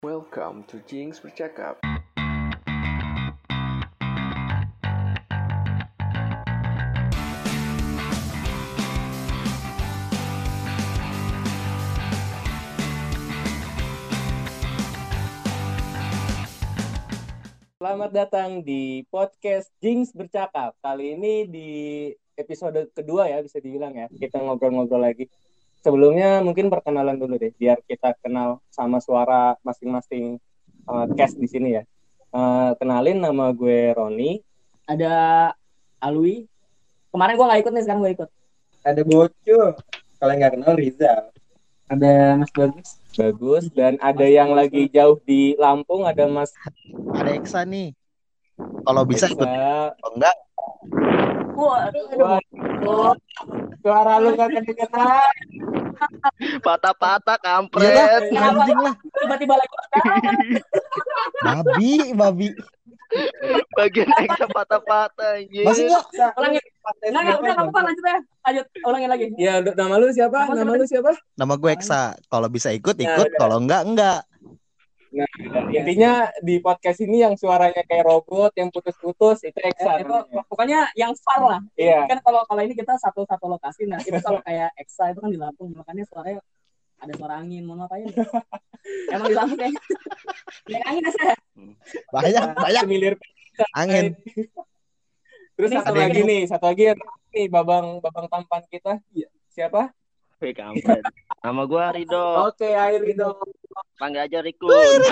Welcome to Jinx Bercakap. Selamat datang di podcast Jinx Bercakap. Kali ini di episode kedua ya, bisa dibilang ya. Kita ngobrol-ngobrol lagi. Sebelumnya mungkin perkenalan dulu deh, biar kita kenal sama suara masing-masing cast di sini ya. Kenalin, nama gue Roni. Ada Alwi. Kemarin gue nggak ikut nih, sekarang gue ikut. Ada Bocil, kalau nggak kenal Rizal. Ada Mas Bagus. Bagus. Dan ada yang lagi jauh di Lampung, ada Mas Ada Eksa nih. Kalau bisa ikut. Eksa. Kalau enggak, Waduh. Suara lu gak kedengeran. patah-patah kampret. Anjing lah. Tiba-tiba lagi. Babi. Bagian Eksa patah-patah anjir. Masih nggak? Ulangin. Nggak, udah nggak apa-apa, lanjut ya. Lanjut, ulangin lagi. Ya, nama lu siapa? Nama lu siapa? Nama gue Eksa. Kalau bisa ikut, Ya, ikut. udah. Kalau enggak. Nah, intinya di podcast ini yang suaranya kayak robot, yang putus-putus, itu Eksa. Itu pokoknya yang far lah. Iya. Kan kalau ini kita satu lokasi. Nah, itu kalau kayak Eksa itu kan di Lampung, makanya suaranya ada suara angin. Mau ngapain? Emang di Lampung kayaknya. Banyak angin aja. Banyak. Semilir Angin. Terus Ini satu ada lagi yang- nih, nih babang tampan kita. Siapa? Wih kampret. Nama gue Rido. Oke, Air itu. Panggil aja Rikun.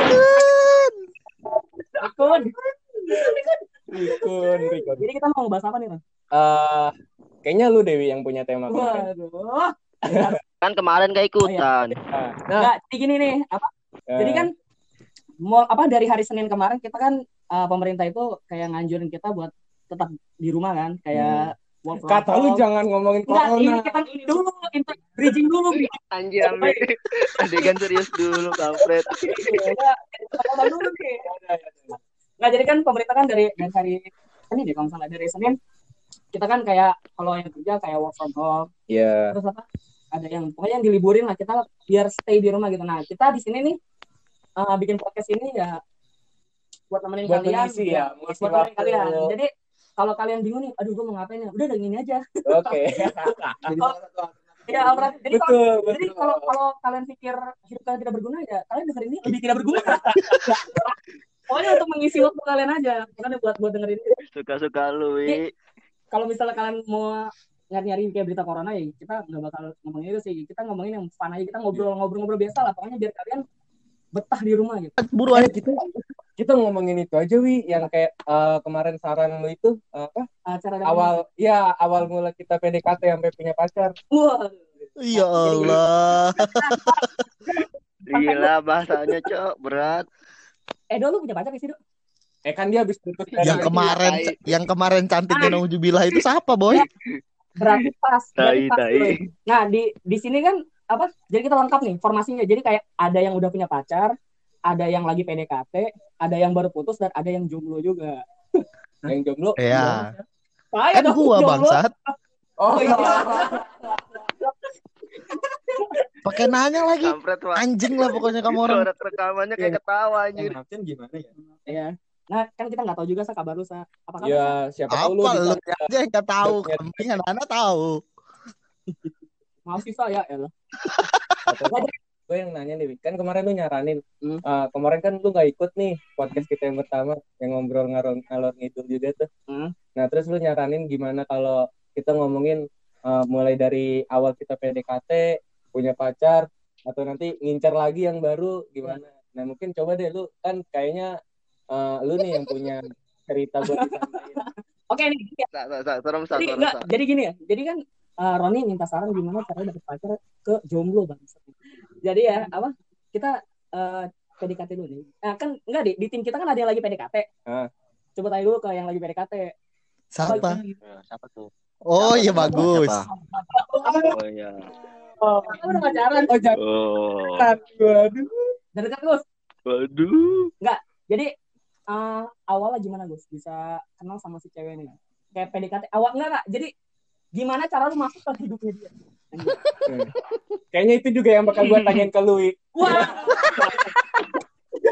Akun. Rikun. Jadi kita mau ngebahas apa nih, Bang? Kayaknya lu Dewi yang punya tema kemarin. Waduh. Kan kemarin gak ikutan. Nah, Nggak, jadi gini nih, jadi kan dari hari Senin kemarin kita kan pemerintah itu kayak nganjurin kita buat tetap di rumah kan, kayak work from kata lu home. jangan ngomongin Enggak, ini corona. kita ini dulu, bridging dulu. Anjir ambil. Adegan serius dulu kampret. Kita dulu nih. Nggak, jadi kan pemerintah kan dari hari ini deh, kalau salah dari Senin kita kan kayak kalau yang kerja kayak work from home, Iya. terus apa? Ada yang pokoknya yang diliburin lah, kita biar stay di rumah gitu. Nah, kita di sini nih bikin podcast ini ya buat nemenin Buat kalian, mengisi ya, mengisi buat nemenin waktu. kalian. Jadi kalau kalian bingung nih, aduh gue mau ngapain ya? Udah dengerin aja. Oke. Ya, jadi Betul. kalau kalian pikir hidup kalian tidak berguna ya, kalian dengerin ini lebih tidak berguna. Pokoknya untuk mengisi waktu kalian aja, bukan buat dengerin ini. Suka-suka lu, Wi. Kalau misalnya kalian mau nyari kayak berita corona ya, kita nggak bakal ngomongin itu sih. Kita ngomongin yang fun aja, kita ngobrol biasa lah. Pokoknya biar kalian betah di rumah gitu. Buruan. Kita ngomongin itu aja Wi, yang kayak kemarin saran lu itu apa? Cara Awal mula kita PDKT sampai punya pacar. Wah, Ya Allah. Gila bahasanya, Cok. Berat. Dulu punya pacar sih, Dok? Kan dia habis putus dari Yang kemarin cantiknya nauzubillah itu siapa, boy? Berarti pas. Tai. Nah, di sini kan apa? Jadi kita lengkap nih formasinya. Jadi kayak ada yang udah punya pacar, ada yang lagi PDKT, ada yang baru putus, dan ada yang jomblo juga. yang jomblo. Iya. Kan Gua bangsat. Oh iya. Pakai nanya lagi. Kampret, Wak. Anjing lah pokoknya kamu orang. Suara rekamannya kayak ketawa anjir. Napkin gimana ya? Iya. Nah, kan kita nggak tahu juga kabar lu Sa. Apa kabar? Sa? Ya, siapa tahu lu Apa lu bisa. aja yang nggak tahu? Kambing anak tahu. Maaf sih saya ya. Gue yang nanya nih, Wi. Kan kemarin lu nyaranin. Kemarin kan lu nggak ikut nih podcast kita yang pertama yang ngobrol ngalor ngidul juga tuh. Nah, terus lu nyaranin gimana kalau kita ngomongin mulai dari awal kita PDKT, punya pacar, atau nanti ngincar lagi yang baru gimana? Nah, mungkin coba deh lu, kan kayaknya lu nih yang punya cerita buat disampaikan. Oke nih. Serem. Jadi gini ya. Jadi kan Roni minta saran gimana caranya dapet pacar ke jomblo bang. Jadi ya apa? Kita PDKT dulu nih. Nah, kan enggak di tim kita kan ada yang lagi PDKT. Coba tanya dulu ke yang lagi PDKT. Siapa? Siapa tuh? Oh iya bagus. Oh iya. Kamu udah pacaran? Oh, jangan. Oh. Waduh. Dari dekat Gus. Waduh. Jadi awalnya gimana Gus bisa kenal sama si cewek ini? Kayak PDKT awal enggak. Jadi gimana cara lu masuk ke hidupnya dia? Kayaknya itu juga yang bakal gue tanyain ke lu. Wi. Wah.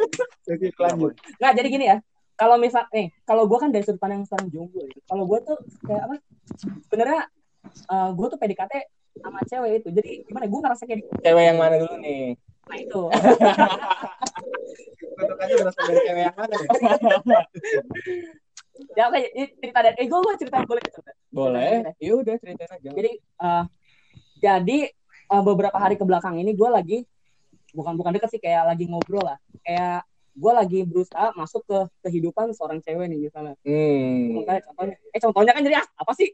Oke, lanjut. Nggak, jadi gini ya. Kalau misal kalau gue kan dari sudut pandang seorang jomblo ya. Kalau gue tuh kayak apa? Sebenarnya gue tuh PDKT sama cewek itu. Jadi gimana? Gue ngerasa kayak Cewek yang mana dulu nih? nah itu. Bentukannya berasal dari cewek yang mana ya? Ya oke, ini cerita dari gue cerita boleh cerita. Boleh. Ya udah ceritain aja. Jadi beberapa hari ke belakang ini gue lagi bukan deket sih, kayak lagi ngobrol lah. Kayak gue lagi berusaha masuk ke kehidupan seorang cewek nih misalnya. Contohnya kan jadi apa sih?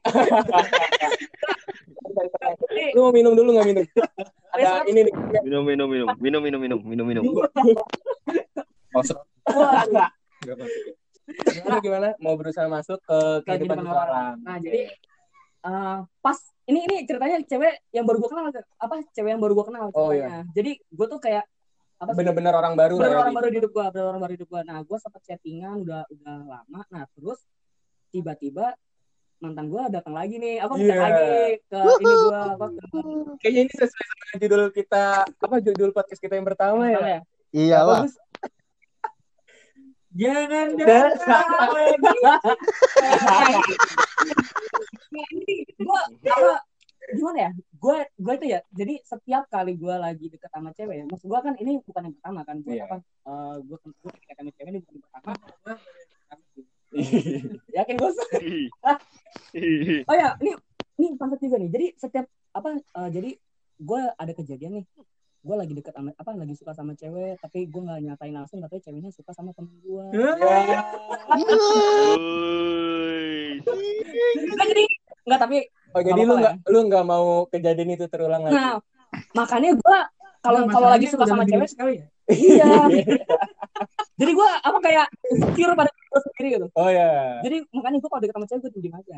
Lu mau minum dulu nggak minum? Ada ini nih. Minum. Gimana? Mau berusaha masuk ke kehidupan orang. Nah, jadi pas ini ceritanya cewek yang baru gue kenal, cewek yang baru gue kenal ceritanya. Oh, iya. Jadi gue tuh kayak bener-bener orang baru lah. Orang baru di hidup gue. Nah, gue sempat chattingan udah lama. Nah, terus tiba-tiba mantan gue datang lagi nih, lagi ke ini gue kayaknya ini sesuai sama judul kita, judul podcast kita yang pertama ya. Iyalah. Jangan datang lagi. Gimana ya? Gue itu ya. Jadi setiap kali gue lagi deket sama cewek ya, maksud gue kan ini bukan yang pertama kan. Gue deket sama cewek ini bukan yang pertama. Yakin gue? Oh ya, ini pantat juga nih. Jadi setiap jadi gue ada kejadian nih. Gue lagi deket sama lagi suka sama cewek, tapi gue nggak nyatain langsung, katanya ceweknya suka sama temen gue. Jadi nggak, tapi jadi lu nggak mau kejadian itu terulang lagi. Nah, makanya gue kalau lagi suka sama cewek sekali ya. Iya. Jadi gue kayak insecure pada gue sendiri gitu. Oh ya. Jadi makanya gue kalau deket sama cewek gue diem aja.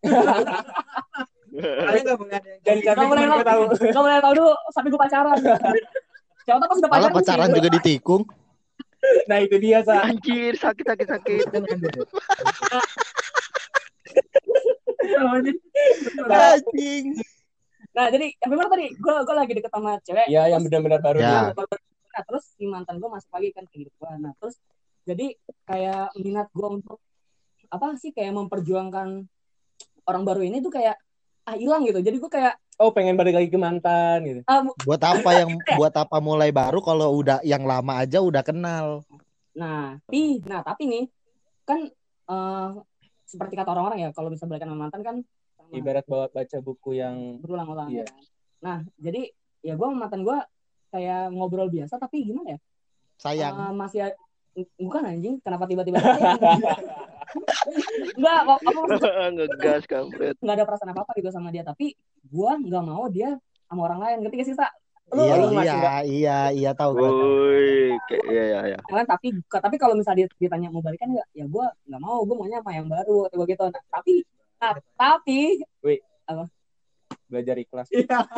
Gak boleh tahu dulu sampai gue pacaran. Siapa tahu pas udah pacaran. Pacaran juga ditikung. Nah itu dia Anjir, sakit. Anjing. Nah jadi benar tadi gue lagi deket sama cewek. Iya, yang benar-benar baru. Ya. Nah, terus si mantan gue masuk lagi kan ke hidup gue. Nah terus jadi kayak minat gue untuk kayak memperjuangkan orang baru ini tuh kayak hilang gitu. Jadi gue kayak pengen balik lagi ke mantan gitu. Buat apa mulai baru kalau udah yang lama aja udah kenal. Nah tapi nih kan seperti kata orang-orang ya, kalau bisa balikan sama mantan kan ibarat baca buku yang berulang-ulang. Iya. Nah jadi ya gue sama mantan gue kayak ngobrol biasa, tapi gimana ya? Sayang. Masih bukan anjing, kenapa tiba-tiba sayang? Enggak, ngegas kampret. Enggak ada perasaan apa-apa gitu sama dia, tapi gue enggak mau dia sama orang lain. Ngerti gak sih, Sa? Iya tahu. Woi, iya. Tapi kalau misalnya ditanya mau balikan enggak? Ya gue enggak mau, gue maunya sama yang baru atau gitu. Nah, tapi wih, apa? Belajar ikhlas.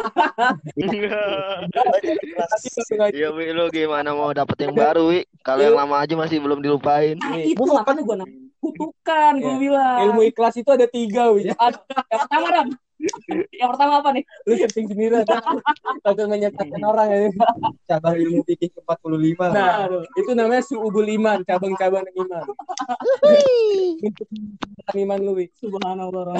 Iya, Wi, lu gimana mau dapet yang baru, Wi? Kalau yang lama aja masih belum dilupain. Nah, itu makanya gue kutukan, gue bilang. Ilmu ikhlas itu ada 3, Wi. Yang pertama, Dan. Yang pertama apa nih? Lu searching sendiri takut menyesatkan orang ya. Cabang ilmu fikih ke-45. Nah, itu namanya su'ubul iman, cabang-cabang iman. Iman lu, Wi. Subhanallah.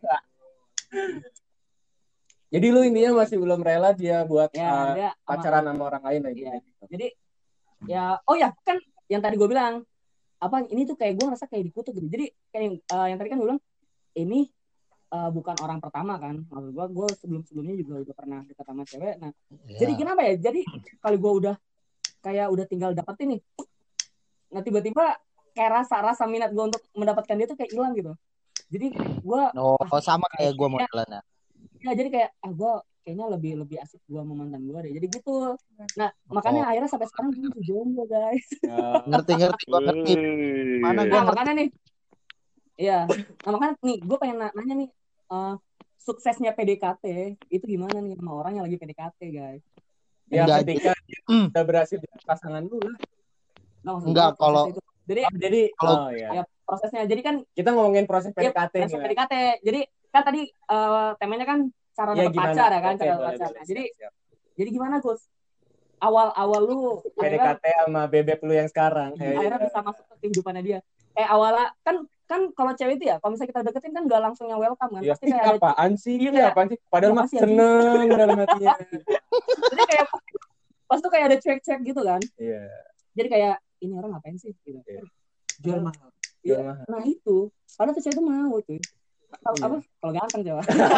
Jadi lu intinya masih belum rela dia buat pacaran sama orang lain lagi. Ya. Jadi ya, kan yang tadi gue bilang ini tuh kayak gue ngerasa kayak dikutuk gitu. Jadi kayak yang tadi kan gue bilang ini bukan orang pertama kan. Maksud gue sebelumnya juga udah pernah dekat sama cewek. Nah, jadi kenapa ya? Jadi kalau gue udah tinggal dapetin nih. Nah, tiba-tiba kayak rasa minat gue untuk mendapatkan dia tuh kayak hilang gitu. Jadi gue sama kayak gue modelannya. Ya jadi kayak gue kayaknya lebih asik gue sama mantan gue deh. Jadi gitu. Nah makanya akhirnya sampai sekarang gue masih jomblo guys. Ngerti gue ngerti. Mana gue ngerti. Makanya nih. Iya. Nah makanya nih gue pengen nanya nih suksesnya PDKT itu gimana nih sama orang yang lagi PDKT guys? Ya ketika udah berhasil dengan pasangan lu lah. Enggak kalau jadi ya prosesnya. Jadi kan kita ngomongin proses PDKT. Proses PDKT. Jadi kan tadi temanya kan cara dapat pacar ya kan, cara dapat pacar. Nah, jadi gimana Gus? awal lu PDKT sama bebek lu yang sekarang. akhirnya bisa masuk ke kehidupannya dia. Awalnya kan kalau cewek itu ya, kalau misalnya kita deketin kan gak langsung yang welcome kan. Ya, Pasti kayak ada apaan sih? Iya, Apaan sih? Padahal mah makasih, anjing. seneng dalam hatinya. jadi kayak pas tuh kayak ada cuek-cuek gitu kan. Iya. Jadi kayak ini orang ngapain sih gitu. Iya. Jual mahal. Iya. Jual mahal. Nah itu, padahal tuh cewek itu mau tuh. Apa? Kalau ganteng coba.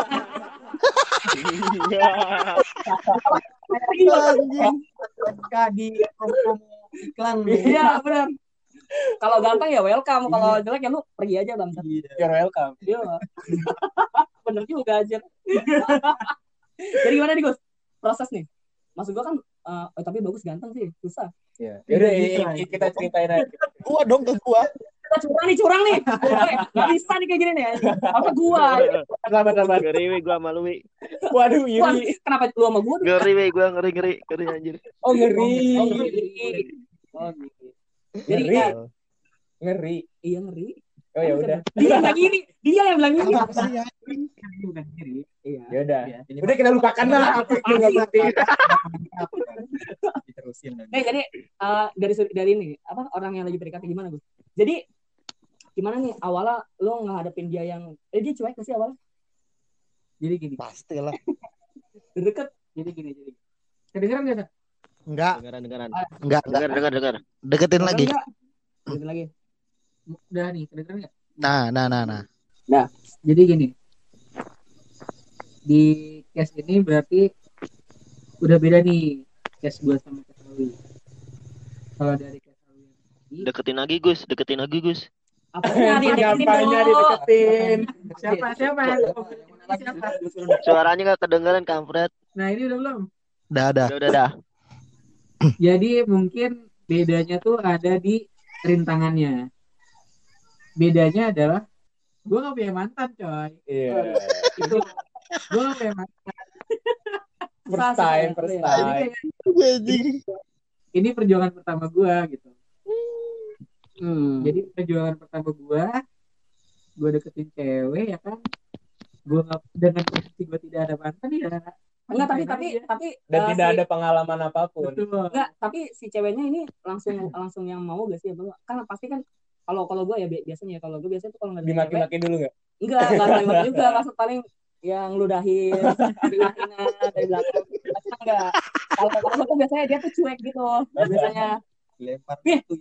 Di promo iklan nih. Iya benar. Kalau ganteng ya welcome, kalau jelek ya lu pergi aja bang. You're welcome. Iya. Bener juga aja. Jadi gimana nih Gus? Proses nih. Maksud gua kan tapi bagus ganteng sih, susah. Iya. Yaudah kita ceritain aja. Gua dong ke gua. Kita curang nih. Gak bisa nih kayak gini nih. Apa gua? Sabar. Ngeri gua sama lu, Wi. Waduh, Wah, iri. kenapa lu sama gua? Ngeri, Wi, gua ngeri anjir. Oh, ngeri. Oh gitu. Jadi Ngeri. Ngeri. Iya ngeri. Oh ya udah. Dia yang bilang ini. Dia yang bilang ini. Bukan diri. Iya. Ya udah. Udah kita lupakan lah apa itu enggak ngerti. Diterusin lagi. Jadi dari ini apa orang yang lagi PDKT gimana Gus? Jadi gimana nih awalnya lo ngadepin dia yang dia cuek gak sih awalnya? Jadi gini. Pastilah. Deket. Jadi gini. Kedengeran nggak Sa? Enggak. Dengar. Enggak. Deketin lagi. Deket lagi. Udah nih, kedengeran nggak? Nah. Jadi gini. Di case ini berarti udah beda nih case gue sama case Awi. Kalau dari case Awi Deketin lagi, Gus. Apanya Gampangnya dideketin. siapa? Suaranya enggak kedengeran, kampret. Nah ini udah belum? Udah. Udah. Jadi mungkin bedanya tuh ada di rintangannya. Bedanya adalah gue gak punya mantan coy. Iya. Itu gue gak punya mantan. First time. Jadi kayak, ini perjuangan pertama gue gitu. Jadi perjuangan pertama gue deketin cewek ya kan. Gue dengan posisi gue tidak ada mantan ya. Enggak, tapi Dan tidak ada pengalaman apapun. Betul. enggak, tapi si ceweknya ini langsung yang mau gak sih? Kan pasti kan kalau gue ya biasanya tuh kalau nggak Dimaki-maki dulu nggak? enggak lewat juga maksud paling yang ludahin dari belakang enggak. Kalau tuh biasanya dia tuh cuek gitu biasanya. Lempar itu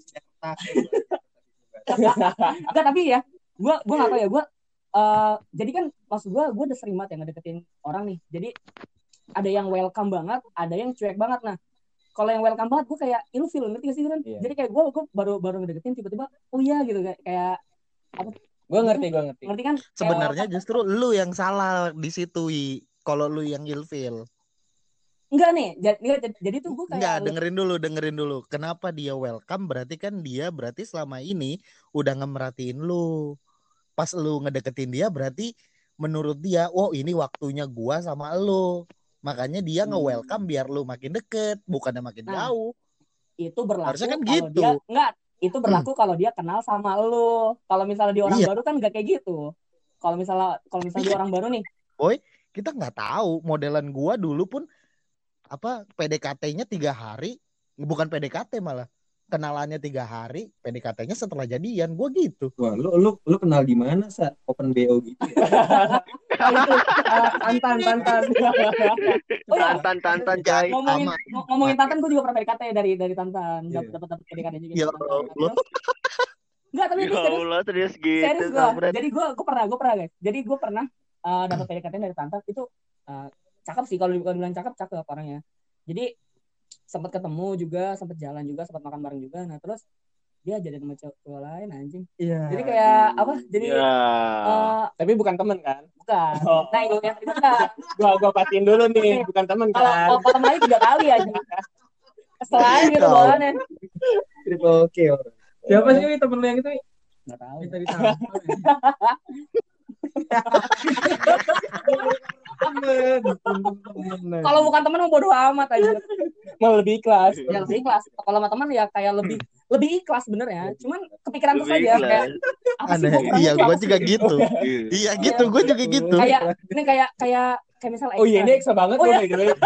enggak, tapi ya gue nggak tahu ya jadi kan maksud gue udah sering banget ya ngedeketin orang nih. Jadi ada yang welcome banget, ada yang cuek banget. Nah kalau yang welcome banget gue kayak ilfil, ngerti gak sih kan? Iya. Jadi kayak gue baru ngedeketin tiba-tiba oh iya gitu kayak apa? Gue ngerti. Ngerti kan? Kayak Sebenarnya welcome. justru lu yang salah di situ, Wi. Kalau lu yang ilfil. Enggak nih, jadi tuh gue kayak Enggak, dengerin dulu. Kenapa dia welcome? Berarti kan dia selama ini udah ngemerhatiin lu. Pas lu ngedeketin dia berarti menurut dia, oh ini waktunya gua sama lu. Makanya dia nge-welcome biar lu makin deket, bukannya makin jauh. Itu berlaku Harusnya kan kalau gitu. dia enggak, itu berlaku kalau dia kenal sama lu. Kalau misalnya di orang baru kan enggak kayak gitu. Kalau misalnya di orang baru nih, Boy, kita nggak tahu modelan gua dulu pun PDKT-nya 3 hari, bukan PDKT malah. Kenalannya 3 hari, PDKT-nya setelah jadian, gua gitu. Wah, lu kenal di mana, Sa? Open BO gitu ya? Tantan. oh ya, Tantan coy. ngomongin Tantan gue juga pernah PDKT dari Tantan, dapat PDKT juga. Ya dari Allah. Tantan. Enggak, tapi Ya ini serius. Allah, serius gitu, Serius gue. kampret. Jadi gue pernah guys. Jadi gue pernah dapat PDKT dari Tantan itu cakep sih, kalau dibilang cakep orangnya. Jadi sempat ketemu juga, sempat jalan juga, sempat makan bareng juga. Nah terus dia jadi sama cowok lain anjing. Iya. Jadi kayak apa? Jadi Tapi bukan temen kan? bukan. Oh. Nah itu yang enggak. Gua pastiin dulu nih, bukan temen kan? Kalau temen lain 3 kali aja. Selain gitu bawaannya. Oke. Siapa sih Wi, temen lu yang itu? Wi? Enggak tahu. Minta ditambah. Kalau bukan temen mau bodo amat aja. Mau lebih ikhlas. Ya lebih ikhlas. Kalau sama teman ya kayak lebih ikhlas sebenarnya. Cuman kepikiran terus Lebih aja ikhlas. kayak apa sih Aneh. gua kurang Iya, lupa gua apa juga sih? gitu. Iya gitu, gua juga gitu. Kayak ini kayak kayak misalnya Oh iya, ini eksa banget Oh, loh, iya. by the way.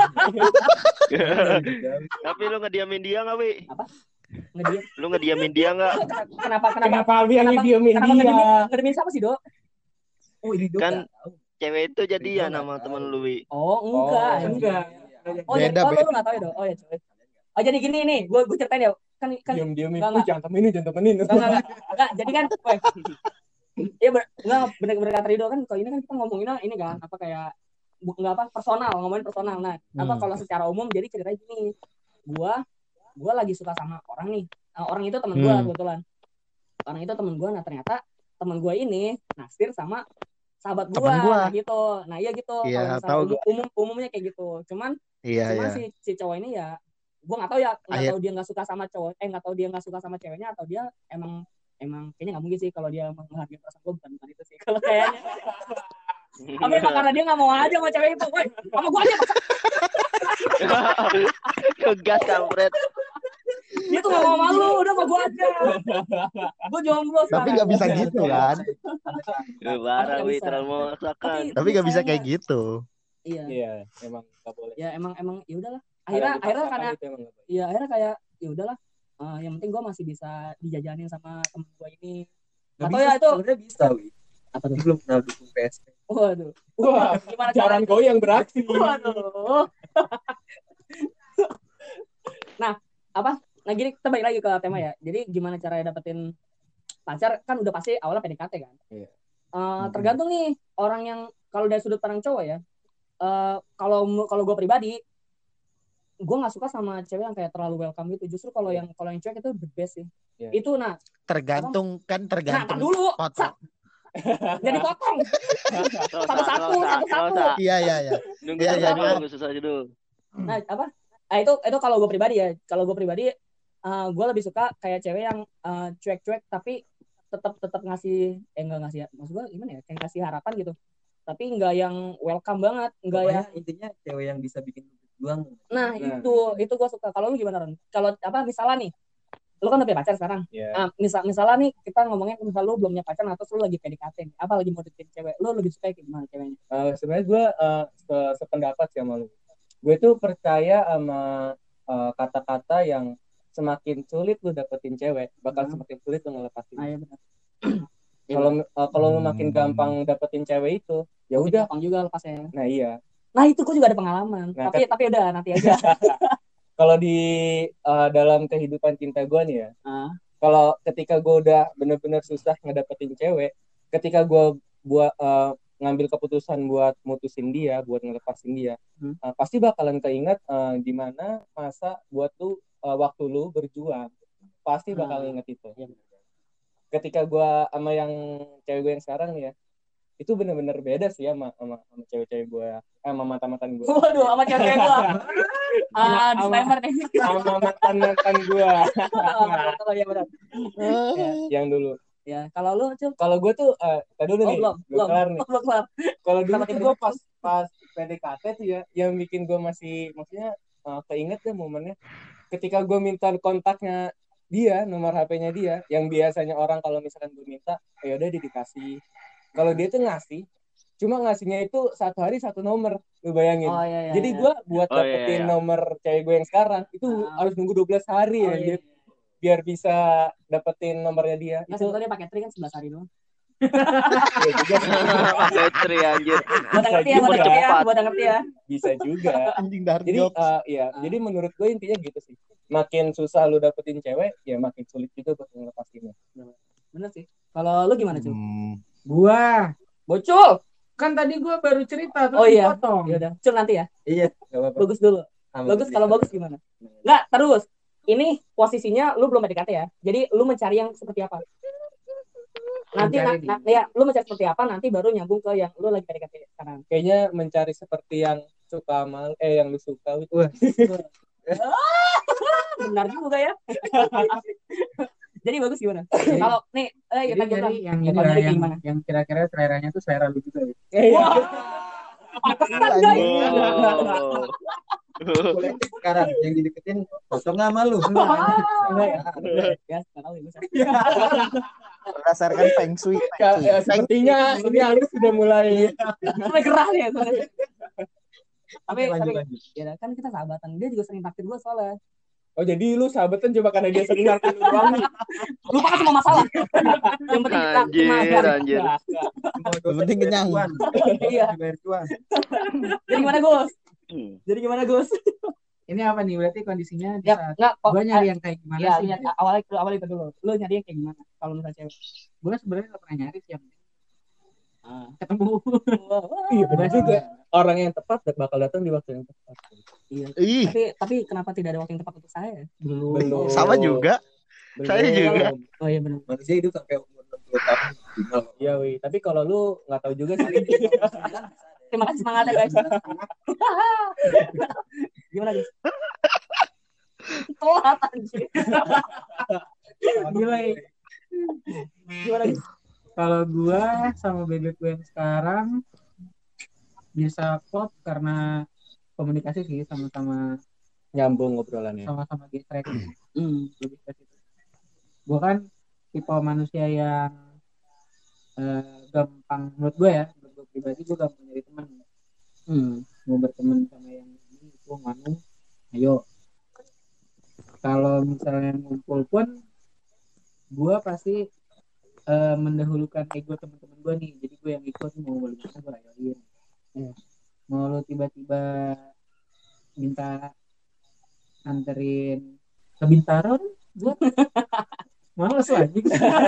Tapi lu ngediamin dia nggak, Wi? Ngediam. Lu ngediamin dia nggak? Kenapa Yang ngediemin dia? ngediamin siapa sih, Dok? Oh ini Dok. Kan nggak tahu. cewek itu jadian Nggak sama tahu. temen lu, Wi. Oh, enggak. Enggak. Oh, jadi Beda, lu enggak tahu ya, Dok? Oh ya, coy. Oh, jadi gini nih, gue ceritain ya. Kan Diam-diamin. Enggak. Jangan temenin. Enggak, jadi kan, weh. Iya, enggak bener-bener kata Rido kan, kalau ini kan kita ngomonginnya ini kan, apa kayak enggak apa personal, ngomongin personal. Nah, apa kalau secara umum jadi ceritanya gini. Gua lagi suka sama orang nih. Orang itu teman gua kebetulan. Orang itu teman gua, nah ternyata teman gua ini naksir sama sahabat Temen gua. gua. Nah gitu. Nah, iya gitu. Iya, Kalau tahu misalnya umumnya kayak gitu. Cuman Iya. si cowok ini ya gua nggak tahu ya, nggak Akhir- tahu dia nggak suka sama cowok, nggak tahu dia nggak suka sama ceweknya atau dia emang kayaknya nggak mungkin sih kalau dia menghargai perasaan gue, bukan itu sih kalau kayaknya. Apa emang karena dia nggak mau aja sama cewek itu, woi sama gue aja. Ngegas kampret. Dia tuh nggak mau malu, udah sama gue aja. Gue jomblo sekarang. Tapi nggak bisa gitu kan? Parah, Nggak Wi, bisa. terlalu memaksakan. Tapi nggak bisa kayak gitu. Iya. Iya, emang nggak boleh. Ya emang ya udahlah. Akhirnya karena itu emang nggak boleh. ya akhirnya kayak ya udahlah. Yang penting gue masih bisa dijajanin sama temen gue ini. Atau ya itu sebenarnya bisa, Wi. apa tuh? Belum pernah dukung PSP. Waduh. Wah, Gimana jalan caranya? goyang beraksi. Waduh. Nah, Nah, gini kita balik lagi ke tema ya. Jadi gimana caranya dapetin pacar? Kan udah pasti awalnya PDKT kan. Iya. Tergantung nih orang yang kalau dari sudut pandang cowok ya. Kalau gue pribadi, gue nggak suka sama cewek yang kayak terlalu welcome gitu. Justru kalau yang cewek itu the best sih. Iya. Itu Tergantung. Nah, dulu. Potong. Jadi potong. Satu-satu. Iya. Nunggu Iya, susah dulu. Nah, itu kalau gue pribadi ya. Kalau gue pribadi, gue lebih suka kayak cewek yang cuek-cuek tapi tetap ngasih enggak ngasih, maksud gue gimana ya, kayak ngasih harapan gitu. Tapi enggak yang welcome banget, enggak ya. Intinya cewek yang bisa bikin berjuang. Nah, itu gue suka. Kalau lu gimana, Ron? Kalau misalnya nih, lu kan udah punya pacar sekarang. Yeah. Nah, misalnya nih kita ngomongnya misal lu belum punya pacar atau lu lagi PDKT nih, apa lagi mau deketin cewek, lu lebih suka kayak gimana ceweknya? Sebenarnya gue sependapat sih sama lu. Gue tuh percaya sama kata-kata yang semakin sulit lu dapetin cewek, bakal semakin sulit lu ngelepasin. Iya benar. Kalau lu makin gampang dapetin cewek itu, ya udah gampang juga lepasnya. Nah iya. Nah itu gue juga ada pengalaman. Nah, tapi udah nanti aja. Kalau di dalam kehidupan cinta gue nih ya, kalau ketika gue udah bener-bener susah ngedapetin cewek, ketika gue ngambil keputusan buat mutusin dia, buat ngelepasin dia, pasti bakalan keinget gimana masa buat lu waktu lu berjuang, pasti bakal inget itu. Ketika gue sama yang cewek gue yang sekarang nih ya, itu bener-bener beda sih ya sama cewek-cewek gue, sama mantan-mantan gue. Waduh, sama cewek gue. Disclaimer nih. Sama mantan-mantan gue. Oh iya benar. Yang dulu. Ya, kalau lu, Cuk? Kalau gue tuh tadi udah nih, belum kelar nih. Kalau dulu tuh gue pas PDKT tuh ya, yang bikin gue masih, maksudnya keinget deh momennya, ketika gue minta kontaknya dia, nomor HP-nya dia, yang biasanya orang kalau misalkan gue minta, ya udah dikasih. Kalau dia tuh ngasih, cuma ngasihnya itu satu hari satu nomor, lu bayangin. Iya, jadi gue buat dapetin nomor cewek gue yang sekarang itu harus nunggu 12 hari ya, biar bisa dapetin nomornya dia. Nah, sebetulnya pakai tri kan 11 hari doang. Petri anjir. Buat ngerti ya. Bisa juga. Anjing dark Jadi jokes. jadi menurut gue intinya gitu sih. Makin susah lu dapetin cewek, ya makin sulit juga buat ngelepasinnya. Bener sih. Kalau lu gimana, Cuk? Gua Bocul. kan tadi gua baru cerita terus iya. dipotong. Ya udah, Cul nanti ya. Iya. Bagus dulu. Bagus, kalau bagus gimana? Enggak, terus. Ini posisinya lu belum PDKT ya. Jadi lu mencari yang seperti apa? Nanti ya, lu mencari seperti apa nanti baru nyambung ke yang lu lagi PDKT sekarang. Kayaknya mencari seperti yang suka sama yang lu suka itu. Benar juga ya. Jadi bagus gimana? Kalau nih kita jadi yang ini lah, yang kira-kira seleranya tuh selera lu juga. Wah. Pantesan guys. Boleh sekarang yang dideketin foto nggak malu? Ya, sekarang bisa. Berdasarkan feng shui. Sepertinya ini harus sudah mulai gerah nih. Tapi lanjut. ya kan kita sahabatan. Dia juga sering takdir gue soalnya. Oh jadi lu sahabatan cuma karena dia sering ngerti lu doang nih. Lupakan semua masalah. Yang penting kita Anjir. Yang penting kenyang. Iya. Jadi gimana Gus? Ini apa nih? Berarti kondisinya di Ya, saat enggak kok. gue nyari yang kayak gimana Ya, sih? awalnya itu dulu. Lu nyari yang kayak gimana? Kalau misalnya cewek. Gue sebenarnya gak pernah nyari sih yang ketemu. Iya benar juga. Orang yang tepat bakal datang di waktu yang tepat. Iya. Ih, Tapi kenapa tidak ada waktu yang tepat untuk saya? Belum. sama juga. Saya juga. Oh iya benar. Manusia hidup sampai umur 60 tahun minimal. Iya wi. Tapi kalau lu nggak tahu juga sih. Terima kasih semangatnya guys. Gimana guys? Telat anjir. Gila ya. Gimana guys? Kalau gue sama bebek gue yang sekarang bisa klop karena komunikasi sih, sama-sama Nyambung ngobrolannya. sama-sama gestrek. Lebih ke situ. Gue kan tipe manusia yang gampang, menurut gue pribadi gue gampang nyari teman. Mau berteman sama yang ini itu nganu, ayo. Kalau misalnya ngumpul pun gue pasti mendahulukan ego teman-teman gue nih, jadi gue yang ikut, mau balik mana gue ayoin. Mau lu tiba-tiba minta anterin ke Bintaro, gue males lagi.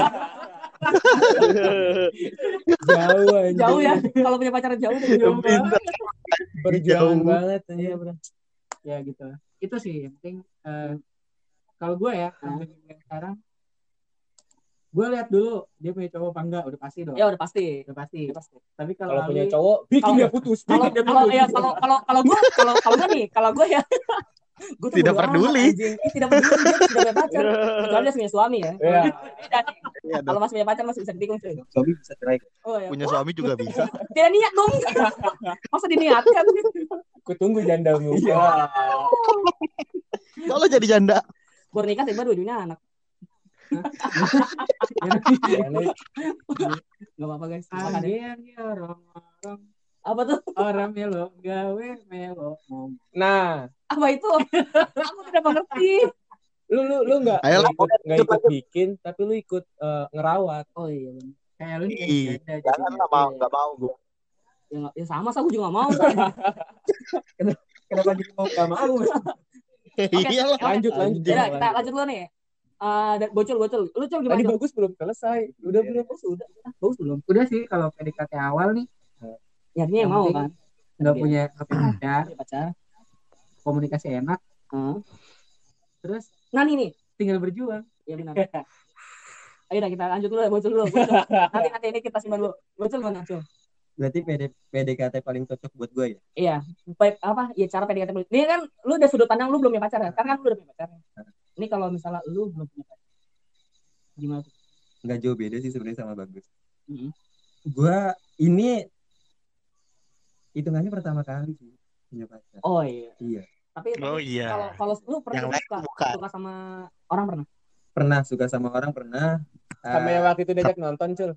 Jauh ya, kalau punya pacar jauh tuh jauh banget. Berjauh banget ya bro. Ya gitu, itu sih yang penting. Kalau gue ya yang sekarang gue lihat dulu dia punya cowok apa enggak, udah pasti dong. Ya udah pasti. Tapi kalau punya cowok bikin dia putus. Kalau gue ya gue Tidak peduli. Tidak peduli dia tidak punya pacar, kecuali dia punya suami ya. Iya. Kalau masih punya pacar masih bisa ditikung cuy. Suami bisa cerai. Oh, ya. Punya suami juga bisa. Tidak niat dong. Masa diniatkan? Kutunggu jandamu. Kalau jadi janda. Baru nikah tiba-tiba dua anak. Gak apa-apa guys. Ada orang-orang Apa tuh? orang melo gawe melo. Nah, Apa itu? Aku tidak mengerti. lu nggak ikut bikin, tapi lu ikut ngerawat. Oh iya. Kayak lu Ih, nih. Jangan nggak mau gue. Ya sama, aku juga nggak mau. Kenapa jadi mau gak mau? Iyalah. Lanjut. Ya, kita lanjut dulu nih. Bocil. Lu Cil gimana? Tadi bagus belum selesai. Udah belum? Bagus belum? Udah sih kalau PDKT awal nih. Ya dia yang mau kan. Nggak punya Pacar. Komunikasi enak. Terus Nih. tinggal berjuang. Ya benar. Ayo kita lanjut dulu ya, Bocil dulu. Nanti ini kita simpan dulu. Bocil mana, Cil? Berarti PDKT paling cocok buat gue ya? Iya. Ya cara PDKT. Ini kan lu udah sudut pandang lu belum punya pacar ya? Karena kan lu udah punya pacar. Ini kalau misalnya lu belum punya pacar, gimana tuh? Nggak jauh beda sih sebenarnya sama Bagus. Gue ini hitungannya pertama kali sih punya pacar. Oh iya. Iya. Tapi kalau lu pernah suka sama orang pernah? Pernah suka sama orang pernah. Sama yang waktu itu diajak nonton, Cul.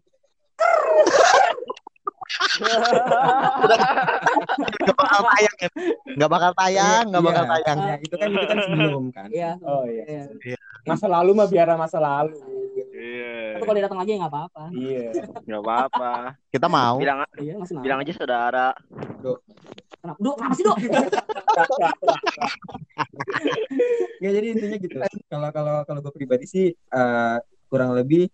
Nggak bakal tayang. Ya, itu kan sebelum kan. Iya. Oh iya. Masa lalu mah biar masa lalu. Iya. Tapi kalau dia datang lagi nggak apa-apa. Iya. Nggak apa-apa. Kita mau. Bilang aja saudara. Kenapa sih, Dok? Ya jadi intinya gitu. Kalau gue pribadi sih kurang lebih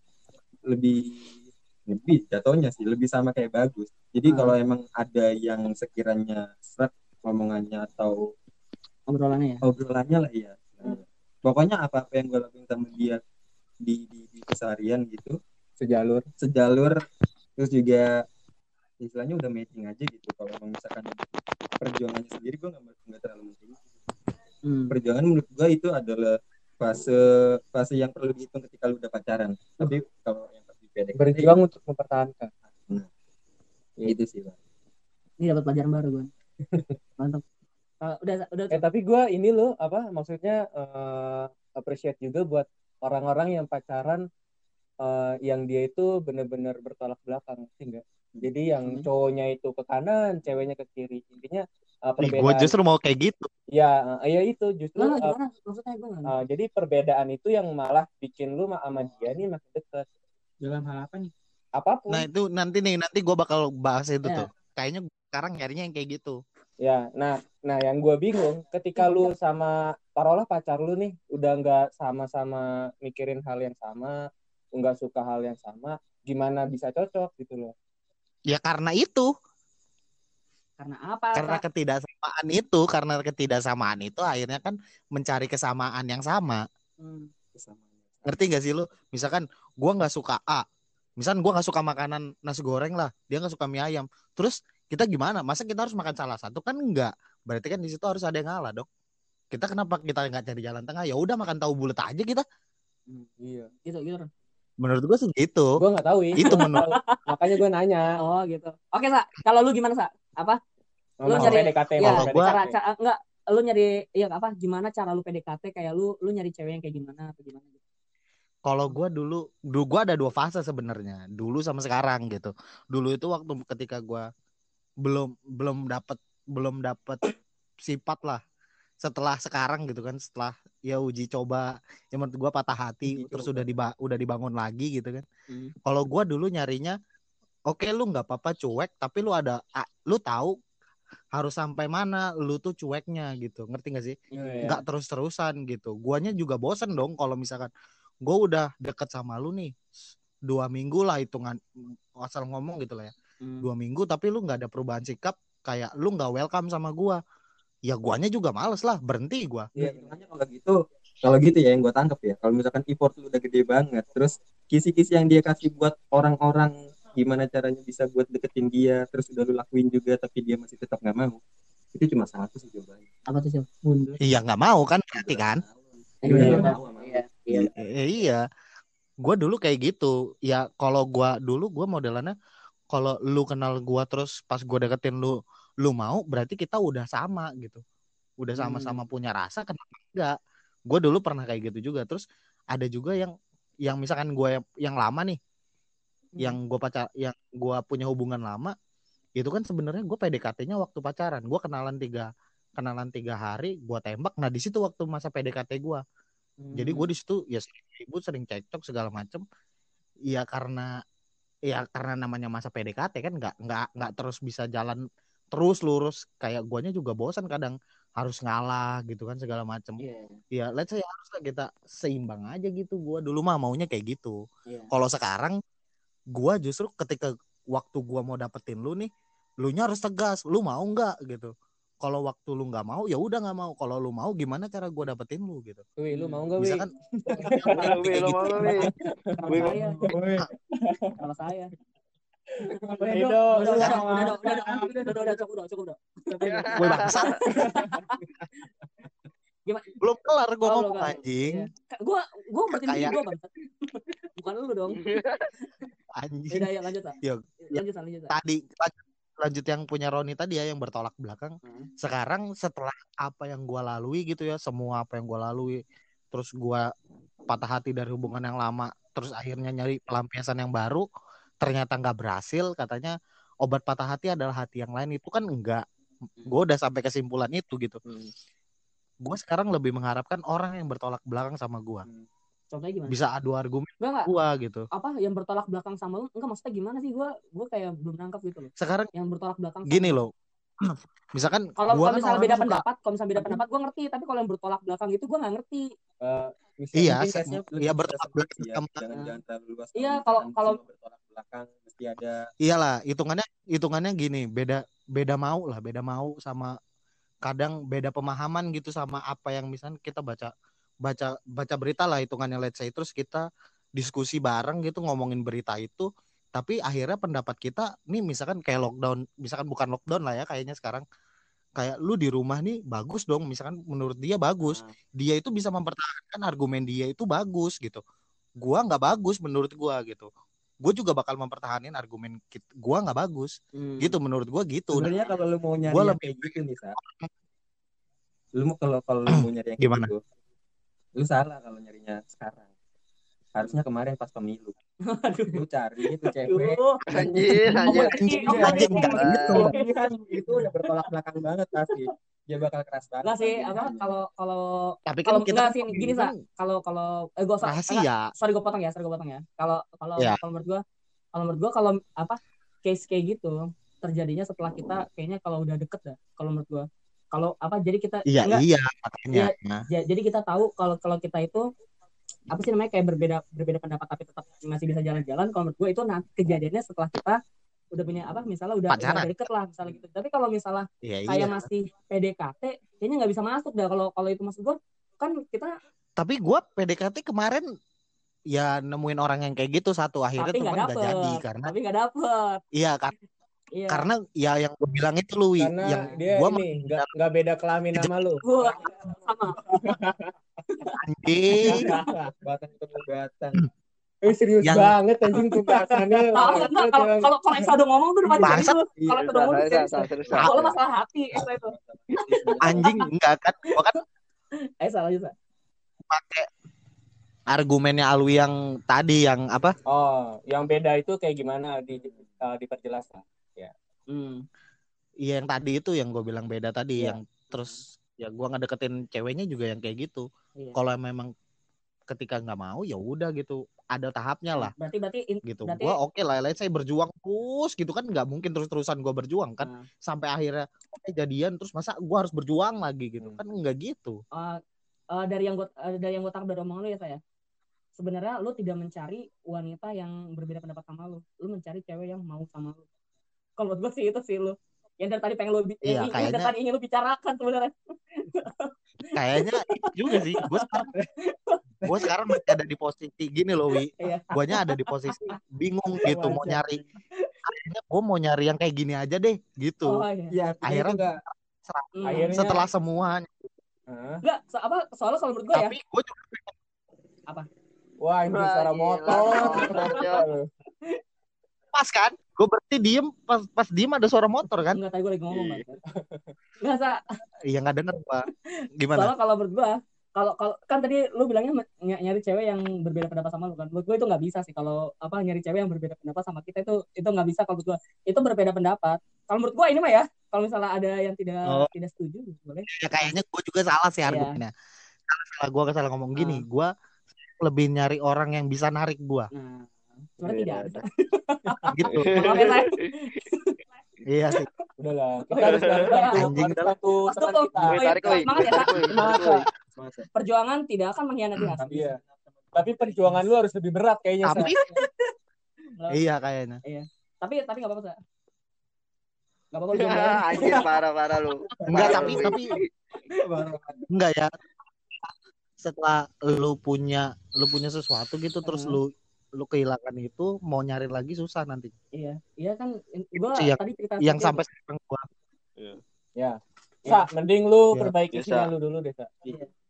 jatuhnya sih lebih sama kayak Bagus. Jadi kalau emang ada yang sekiranya seret omongannya atau obrolannya lah ya. Pokoknya apa yang gue lakuin sama dia di keseharian gitu sejalur terus juga istilahnya udah matching aja gitu. Kalau misalkan perjuangannya sendiri gue nggak terlalu penting. Perjuangan menurut gue itu adalah fase yang perlu dihitung ketika lu udah pacaran. Tapi kalau yang PDKT berjuang untuk mempertahankan. Itu sih, Bang. Ini dapat pelajaran baru gue. Mantap. Udah. Tapi gue ini loh maksudnya appreciate juga buat orang-orang yang pacaran yang dia itu benar-benar bertolak belakang, sih enggak? Jadi yang cowoknya itu ke kanan, ceweknya ke kiri. Intinya Gue perbedaan. justru mau kayak gitu. Ya itu justru gimana? Maksudnya gue jadi perbedaan itu yang malah bikin lu sama dia nih makin dekat. Dalam hal apa nih? Apapun. Nah itu nanti gue bakal bahas itu tuh. Kayaknya sekarang nyarinya yang kayak gitu. Ya, nah yang gue bingung ketika lu sama taruhlah pacar lu nih udah nggak sama-sama mikirin hal yang sama, nggak suka hal yang sama, gimana bisa cocok gitu loh? Ya karena itu. Karena apa? Karena ketidaksamaan itu akhirnya kan mencari kesamaan yang sama. Ngerti gak sih lu? Misalkan gue nggak suka A, misalkan gue nggak suka makanan nasi goreng lah, dia nggak suka mie ayam. Terus kita gimana? Masa kita harus makan salah satu? Kan enggak. Berarti kan di situ harus ada yang ngalah dong. Kita kenapa kita nggak cari jalan tengah? Ya udah makan tahu bulat aja kita. Iya. Gitu. Menurut gue sih gitu. Gue nggak tahu itu menurut. Makanya gue nanya. Oh gitu. Oke Sa, kalau lu gimana Sa? Apa? Lu nyari PDKT ya, PDKT. cara enggak lu nyari ya apa? Gimana cara lu PDKT kayak lu nyari cewek yang kayak gimana atau gimana gitu? Kalau gue dulu gue ada 2 fase sebenarnya. Dulu sama sekarang gitu. Dulu itu waktu ketika gue belum dapat sifat lah. Setelah sekarang gitu kan, setelah ya uji coba, yang menurut gue patah hati, terus udah dibangun lagi gitu kan. Kalau gue dulu nyarinya, oke, lu nggak apa-apa cuek, tapi lu tahu harus sampai mana lu tuh cueknya gitu, ngerti gak sih? Nggak terus-terusan gitu. Guanya juga bosen dong kalau misalkan gue udah deket sama lu nih 2 minggu lah hitungan, asal ngomong gitu lah ya, 2 minggu tapi lu nggak ada perubahan sikap, kayak lu nggak welcome sama gue, ya guanya juga males lah, berhenti gue. Iya, makanya kalau gitu ya yang gue tangkap ya, kalau misalkan effort lu udah gede banget, terus kisi-kisi yang dia kasih buat orang-orang gimana caranya bisa buat deketin dia, terus udah lu lakuin juga tapi dia masih tetap nggak mau, itu cuma satu sih jawabannya. Apa tuh sih? Mundur. Iya nggak mau kan, berarti kan? Iya. Gue dulu kayak gitu. Ya kalau gue modelannya, kalau lu kenal gue terus pas gue deketin lu mau, berarti kita udah sama gitu. Udah sama-sama punya rasa, kenapa enggak? Gue dulu pernah kayak gitu juga. Terus ada juga yang misalkan gue yang lama nih, yang gue punya hubungan lama, itu kan sebenarnya gue PDKT-nya waktu pacaran. Gue kenalan 3 hari, gue tembak. Nah di situ waktu masa PDKT gue. Jadi gue di situ ya sering cekcok segala macem. Ya karena namanya masa PDKT kan nggak terus bisa jalan terus lurus, kayak guanya juga bosan kadang harus ngalah gitu kan segala macem. Ya let's say haruslah kita seimbang aja gitu. Gue dulu mah maunya kayak gitu. Kalau sekarang gue justru ketika waktu gue mau dapetin lu nih, lu nya harus tegas, lu mau nggak gitu. Kalau waktu lu nggak mau, ya udah nggak mau. Kalau lu mau, gimana cara gue dapetin lu gitu. Wih, lu mau nggak? Misalkan, Wih, lu mau nggak? Wih, Kalau saya. Udah, cukup. Gue bangsat. Belum kelar gue ngomong anjing. Gue berarti kayak gue bangsat. Bukan lu dong. Anjing. Ya lanjut lah. Lanjut. Tadi lanjut yang punya Roni tadi ya, yang bertolak belakang. Sekarang setelah apa yang gue lalui gitu ya, semua apa yang gue lalui, terus gue patah hati dari hubungan yang lama, terus akhirnya nyari pelampiasan yang baru, ternyata nggak berhasil. Katanya obat patah hati adalah hati yang lain, itu kan enggak. Gue udah sampai kesimpulan itu gitu. Gue sekarang lebih mengharapkan orang yang bertolak belakang sama gue. Contohnya gimana? Bisa adu argumen gue gitu. Apa yang bertolak belakang sama lu? Enggak, maksudnya gimana sih? Gue kayak belum nangkap gitu loh. Sekarang yang bertolak belakang gini loh. Misalkan kalau misalnya beda pendapat, gue ngerti, tapi kalau yang bertolak belakang itu gue nggak ngerti. Iya bertolak belakang. Jangan terlalu luas. Iya, kalau bertolak belakang mesti ada. Iyalah, hitungannya gini, beda mau sama kadang beda pemahaman gitu sama apa yang misalnya kita baca berita lah hitungannya, let's say, terus kita diskusi bareng gitu ngomongin berita itu, tapi akhirnya pendapat kita nih misalkan kayak lockdown, misalkan bukan lockdown lah ya kayaknya sekarang, kayak lu di rumah nih bagus dong, misalkan menurut dia bagus, dia itu bisa mempertahankan argumen dia itu bagus gitu, gua nggak bagus menurut gua gitu, gue juga bakal mempertahankan argumen gue nggak bagus gitu, menurut gue gitu. Sebenarnya kalau lu mau nyari yang kayak gitu nih, kalau lu mau nyari yang kayak gitu, lu salah kalau nyarinya sekarang. harusnya kemarin pas pemilu. Aduh. Lu cari itu cewek. Anjir. Itu udah bertolak belakang banget pasti. Dia bakal keras banget. Enggak sih, apa kalau Tapi kan kita enggak sih gini Sa, kalau gue rahasia. Sorry gue potong ya. Kalau menurut gue kalau apa case kayak gitu terjadinya setelah kita kayaknya kalau udah deket dah kalau menurut gue. Kalau apa jadi kita makanya. Jadi kita tahu kalau kita itu apa sih namanya kayak berbeda pendapat tapi tetap masih bisa jalan-jalan. Kalau menurut gue itu nanti kejadiannya setelah kita udah punya apa misalnya udah deket lah misalnya gitu. Tapi kalau misalnya kayak masih PDKT kayaknya nggak bisa masuk dah kalau itu maksud gue kan kita. Tapi gue PDKT kemarin ya nemuin orang yang kayak gitu satu akhirnya tapi teman nggak jadi karena tapi nggak dapet. Iya kan. Iya. Karena ya yang gue bilang itu lu karena yang dia gua ini nggak beda kelamin sama lu. Sama. Anjing. Pemugatan. Serius banget anjing pembahasannya. Kalau Esa udah ngomong tuh udah bangsat. Kalau udah ngomong serius. Kalau masalah hati Esa itu. Anjing enggak kan? Gua kan Esa lanjut. Pakai argumennya Alwi yang tadi yang apa? Oh, yang beda itu kayak gimana diperjelas lah. Ya. Iya yang tadi itu yang gue bilang beda tadi yang terus ya gue ngedeketin ceweknya juga yang kayak gitu. Kalau memang ketika nggak mau ya udah gitu ada tahapnya lah. Berarti gitu. Gue oke lah, saya berjuang terus gitu kan nggak mungkin terus-terusan gue berjuang kan sampai akhirnya jadian terus masa gue harus berjuang lagi gitu kan nggak gitu. Dari yang gue tangkap dari omongan lu ya saya. Sebenarnya lu tidak mencari wanita yang berbeda pendapat sama lu. Lu mencari cewek yang mau sama lu. Kalau menurut gue sih itu sih lu. Yang dari tadi pengen lu ingin lu bicarakan sebenarnya. Kayaknya itu juga sih. Gue sekarang masih ada di posisi gini loh, Wi. Guanya ada di posisi bingung gitu mau nyari. Akhirnya gue mau nyari yang kayak gini aja deh gitu. Akhirnya setelah semuanya. Enggak, soalnya kalau menurut gue ya. Tapi gue juga apa? Wah, ini suara motor. Pas kan? Gue berarti diem pas diem ada suara motor kan? Enggak, tadi gue lagi ngomong banget. Enggak sa. Iya nggak denger Pak. Gimana? Soalnya kalau menurut gue, kalau kan tadi lu bilangnya nyari cewek yang berbeda pendapat sama lu kan. Menurut gue itu nggak bisa sih kalau apa nyari cewek yang berbeda pendapat sama kita itu nggak bisa kalau menurut gue. Itu berbeda pendapat. Kalau menurut gue ini mah ya, kalau misalnya ada yang tidak setuju boleh. Ya kayaknya gue juga salah sih argumennya. Gue salah ngomong gini, gue lebih nyari orang yang bisa narik gue. Nah, sebenarnya tidak. Gitu. Iya sih. Udahlah, kita harus bantu teman kita. Perjuangan tidak akan mengkhianati hati. Iya. Tapi perjuangan lu harus lebih berat kayaknya. Tapi iya kayaknya. Iya. Tapi enggak apa-apa, Sa. Enggak apa-apa lu. Anjir parah lu. Enggak, tapi enggak ya. Setelah lu punya sesuatu gitu terus lu kehilangan itu mau nyari lagi susah nanti. Iya kan gua tadi cerita yang sampai sekarang gua. Ya. Sa, mending lu perbaiki sinyal lu dulu deh, Sa.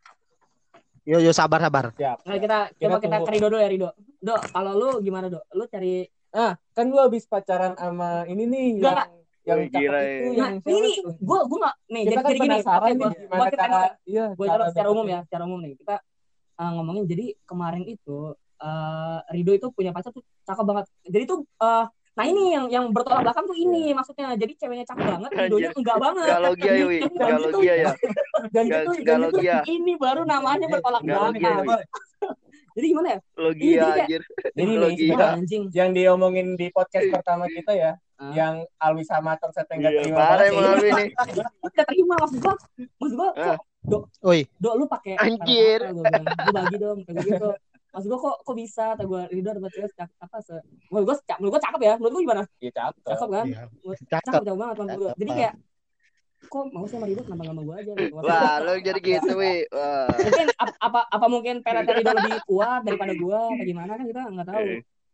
Yo sabar. Siap. Nah, kita ke Rido dulu ya, Rido. Do, kalau lu gimana, Do? Lu cari kan lu habis pacaran sama ini nih yang gila itu yang ini gua enggak nih jadi gini gua kita secara umum nih kita ngomongin jadi kemarin itu Rido itu punya pacar tuh cakep banget. Jadi tuh nah ini yang bertolak belakang tuh ini maksudnya. Jadi ceweknya cakep banget, Ridonya enggak banget. Galogia ya. Dan itu ini baru namanya bertolak belakang. Jadi gimana ya? Logia anjir. Ini nih anjing. Yang diomongin di podcast pertama kita ya, yang Alwi sama Tongset yang enggak terima. Parah emang Alwi nih. Enggak terima maksud gua Do lu pakai anjir. Gua bagi dong kayak gitu. Maksud gue kok bisa atau gue Ridho dapat cewek apa menurut gue cakep ya, menurut gue gimana? Iya cakep kan? Cakep jauh banget menurut gue. Jadi kayak kok mau sih sama Ridho kenapa nggak mau gue aja? Wah lo jadi gitu wi. Mungkin apa mungkin pelet Ridho lebih kuat daripada gue atau gimana kan kita nggak tahu.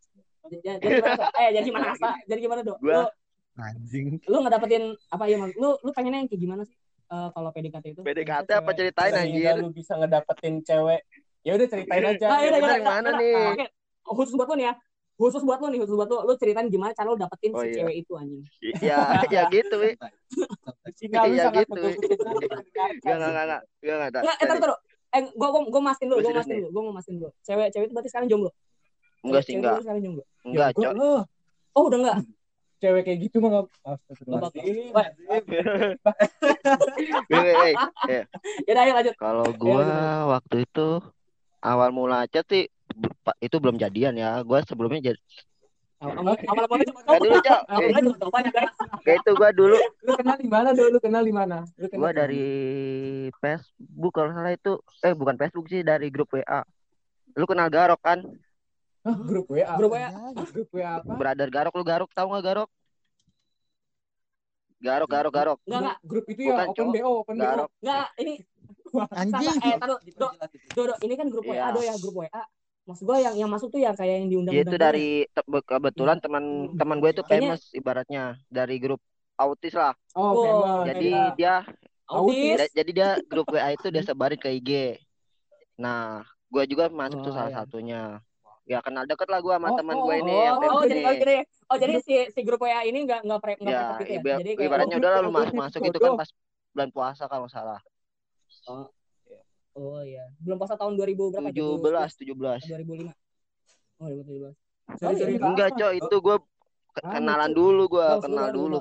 Jadi gimana Dok? Anjing. Lu ngedapetin apa ya? Lu pengennya yang kayak gimana sih? Kalau PDKT itu? PDKT apa ceritain anjir? Lu bisa ngedapetin cewek. Ya udah ceritain aja. Yang mana nih? Oke. Khusus buat lu nih ya. Khusus buat lu. Lu ceritain gimana cara lu dapetin si cewek itu anjing. Ya gitu, Wi. Ya gitu. Enggak ada. Gue mastiin dulu, Serius nih. gue mau mastiin dulu. Cewek itu berarti sekarang jomblo. Enggak sih, enggak. Sekarang jomblo. Enggak, Cok. Oh, udah enggak. Cewek kayak gitu mah enggak. Ya udah, ayo lanjut. Kalau gua waktu itu awal mula aja sih itu belum jadian ya. Gua sebelumnya jadi Awal mulanya cuma Gak dulu, Cok. Kayak itu gua dulu. Lu kenal di mana dulu? Kenal di mana? Gua dari Facebook kalau salah itu. Bukan Facebook sih, dari grup WA. Lu kenal Garok kan? Grup WA. Grup WA. Grup WA apa? Brother Garok, lu Garok tahu nggak Garok? Garok. Enggak. Grup itu Bukan, ya open BO. Garok. Enggak, ini Anjing. taruh. Do, ini kan grup WA Iya. ya, grup WA. Maksud gue yang masuk tuh yang kayak yang diundang. Dia itu dari kebetulan teman gue itu Kayaknya- famous ibaratnya dari grup autis lah. Oh, famous. Jadi dia Autis. jadi dia grup WA itu dia sebarin ke IG. Nah, gue juga masuk tuh salah satunya. Ya kenal deket lah gue sama teman gue ini yang famous ini. Jadi si grup WA ini enggak Ya, gitu ya. Jadi kayak ibaratnya udah lalu masuk itu kan pas bulan puasa kalau nggak salah. Oh iya. Belum puasa tahun 2000 berapa? 17. 2005. Oh, 2017. Enggak, Cok, itu gue kenalan dulu kenal dulu.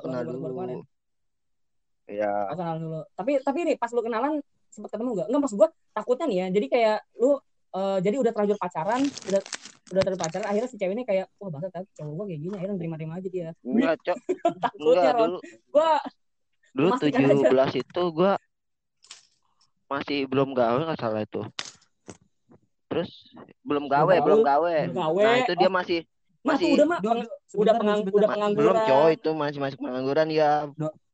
Iya. Kenal dulu. Tapi nih pas lu kenalan sempat ketemu enggak? Enggak, maksud gua takutnya nih ya. Jadi kayak lu jadi udah terlanjur pacaran, udah terlanjur pacaran, akhirnya si cewek ini kayak wah bangsat cowok gua kayak gini, akhirnya terima aja dia. Enggak, Cok. Takutnya Dulu memastikan 17 itu gue masih belum gawe nggak salah itu. Terus belum gawe. Nah, itu dia masih udah pengangguran. belum, Cok, itu masih pengangguran ya.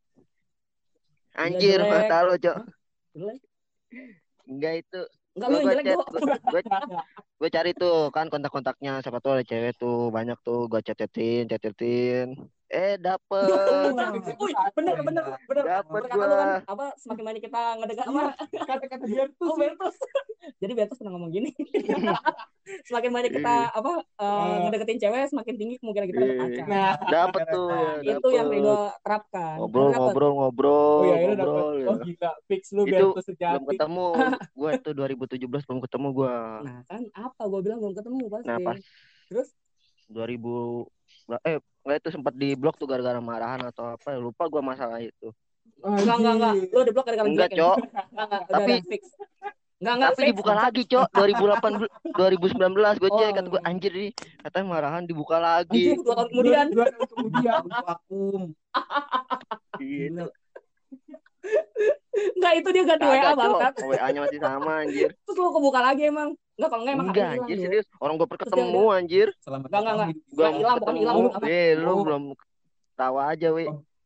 Anjir, mata lo, Cok. Enggak itu. Enggak, lu yang jelek tuh. Gue cari tuh kan kontak-kontaknya, siapa tuh ada cewek tuh banyak tuh, gue chatin. Dapet. Wih, bener. Dapet Berkata gua. lu kan apa semakin banyak kita ngedekat apa Kata-kata Bertus. Bertus. Jadi Bertus pernah ngomong gini. Semakin banyak kita ngedeketin cewek, semakin tinggi kemungkinan kita dapet pacar. Nah, Dapet tuh ya. Itu yang Rido terapkan. Ngobrol. oh ya udah ngobrol, dapet. ya. Oh gila, fix lu Itu Bertus sejati. belum ketemu. Gue tuh 2017 belum ketemu gue. Nah kan apa gue bilang belum ketemu pasti. Nah, pas Terus 2000 nggak itu sempat di blok tuh gara-gara marahan atau apa, lupa gue masalah itu. enggak. Lu di blok gara-gara Enggak, jelek ya? Cok. Enggak, Tapi udah fix. Enggak Tapi fix. dibuka lagi, Cok. 2019 gue cek, kata gue Oh. anjir nih, katanya marahan dibuka Anjir, lagi. 2 tahun kemudian. 2 tahun kemudian. Vakum. Gitu. Enggak, itu dia ganti WA Kagak, banget. Cok. WA-nya masih sama anjir. Terus lu kebuka lagi emang. Enggak, kalau enggak emang Enggak, hilang anjir, dulu. serius. Orang gue Terus ketemu anjir. Selamat Enggak. datang di Gua Nggak hilang, pokoknya hilang. Lu belum tawa aja, we.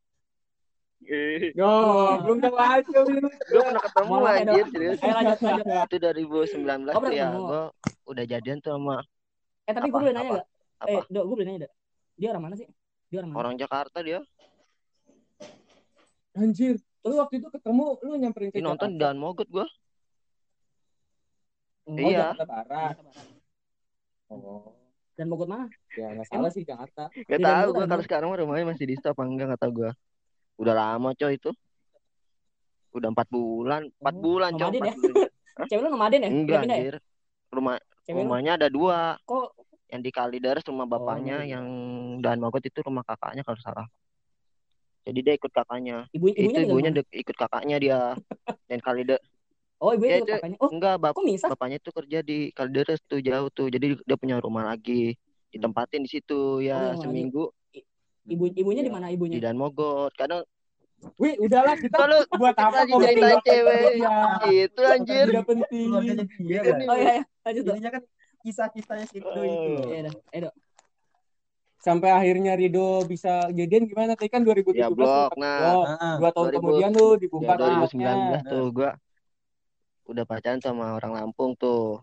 Yo, belum tahu aja. Gue pernah ketemu Mau apa, anjir, Dok? serius. Ayo lanjut. Itu 2019 Oh, tuh ya. ketemu. Gue udah jadian tuh sama Tapi gue boleh nanya enggak? apa? Dok, gue boleh nanya, Dok. Dia orang mana sih? Orang Jakarta dia. Anjir, lu waktu itu ketemu lu nyamperin ke Ini nonton Jakarta. Dan Mogot gue. Oh, Iya. Jakarta Barat. Oh, Dan Bogor mana? ya enggak salah sih Jakarta. Gak Di tahu Bandung gue ada kalau sekarang rumahnya masih di stop apa enggak, nggak tahu gue. Udah lama, coy, itu. Udah 4 bulan, 4 bulan, coy. Nomaden 4 ya? bulan. Cewek lu nomaden ya? Enggak, Pindah ya? anjir. Cewek lu? Rumahnya ada 2. Kok Yang di Kalideres rumah bapaknya, iya. yang Dan Mogot itu rumah kakaknya kalau salah. Jadi dia ikut kakaknya. ibunya Itu ibunya tinggal ikut kakaknya dia. Dan Kalideres. mana? Oh, ibunya Ya, tinggal itu kakaknya. Oh, enggak, kok misah? bapaknya tuh kerja di Kalideres tuh, jauh tuh. Jadi dia punya rumah lagi. Ditempatin di situ ya, Oh, rumah lagi. seminggu Ibunya Iya. di mana di ibunya? Dan Mogot. Kadang Wih, udahlah kita kalau buat apa lagi ceritain cewek itu anjir. Tidak penting. keluarganya dia Ini kan. Oh iya, lanjut, Dok. Jadinya kan kisah-kisahnya si Rido itu. Iya, dah. Dok. Sampai akhirnya Rido bisa jadian gimana? Tadi kan 2017 Ya, blok. sempat Nah, blok. Nah, 2 tahun 2000 kemudian lu dibuka Ya, 2019 anaknya. tuh gua udah pacaran sama orang Lampung tuh.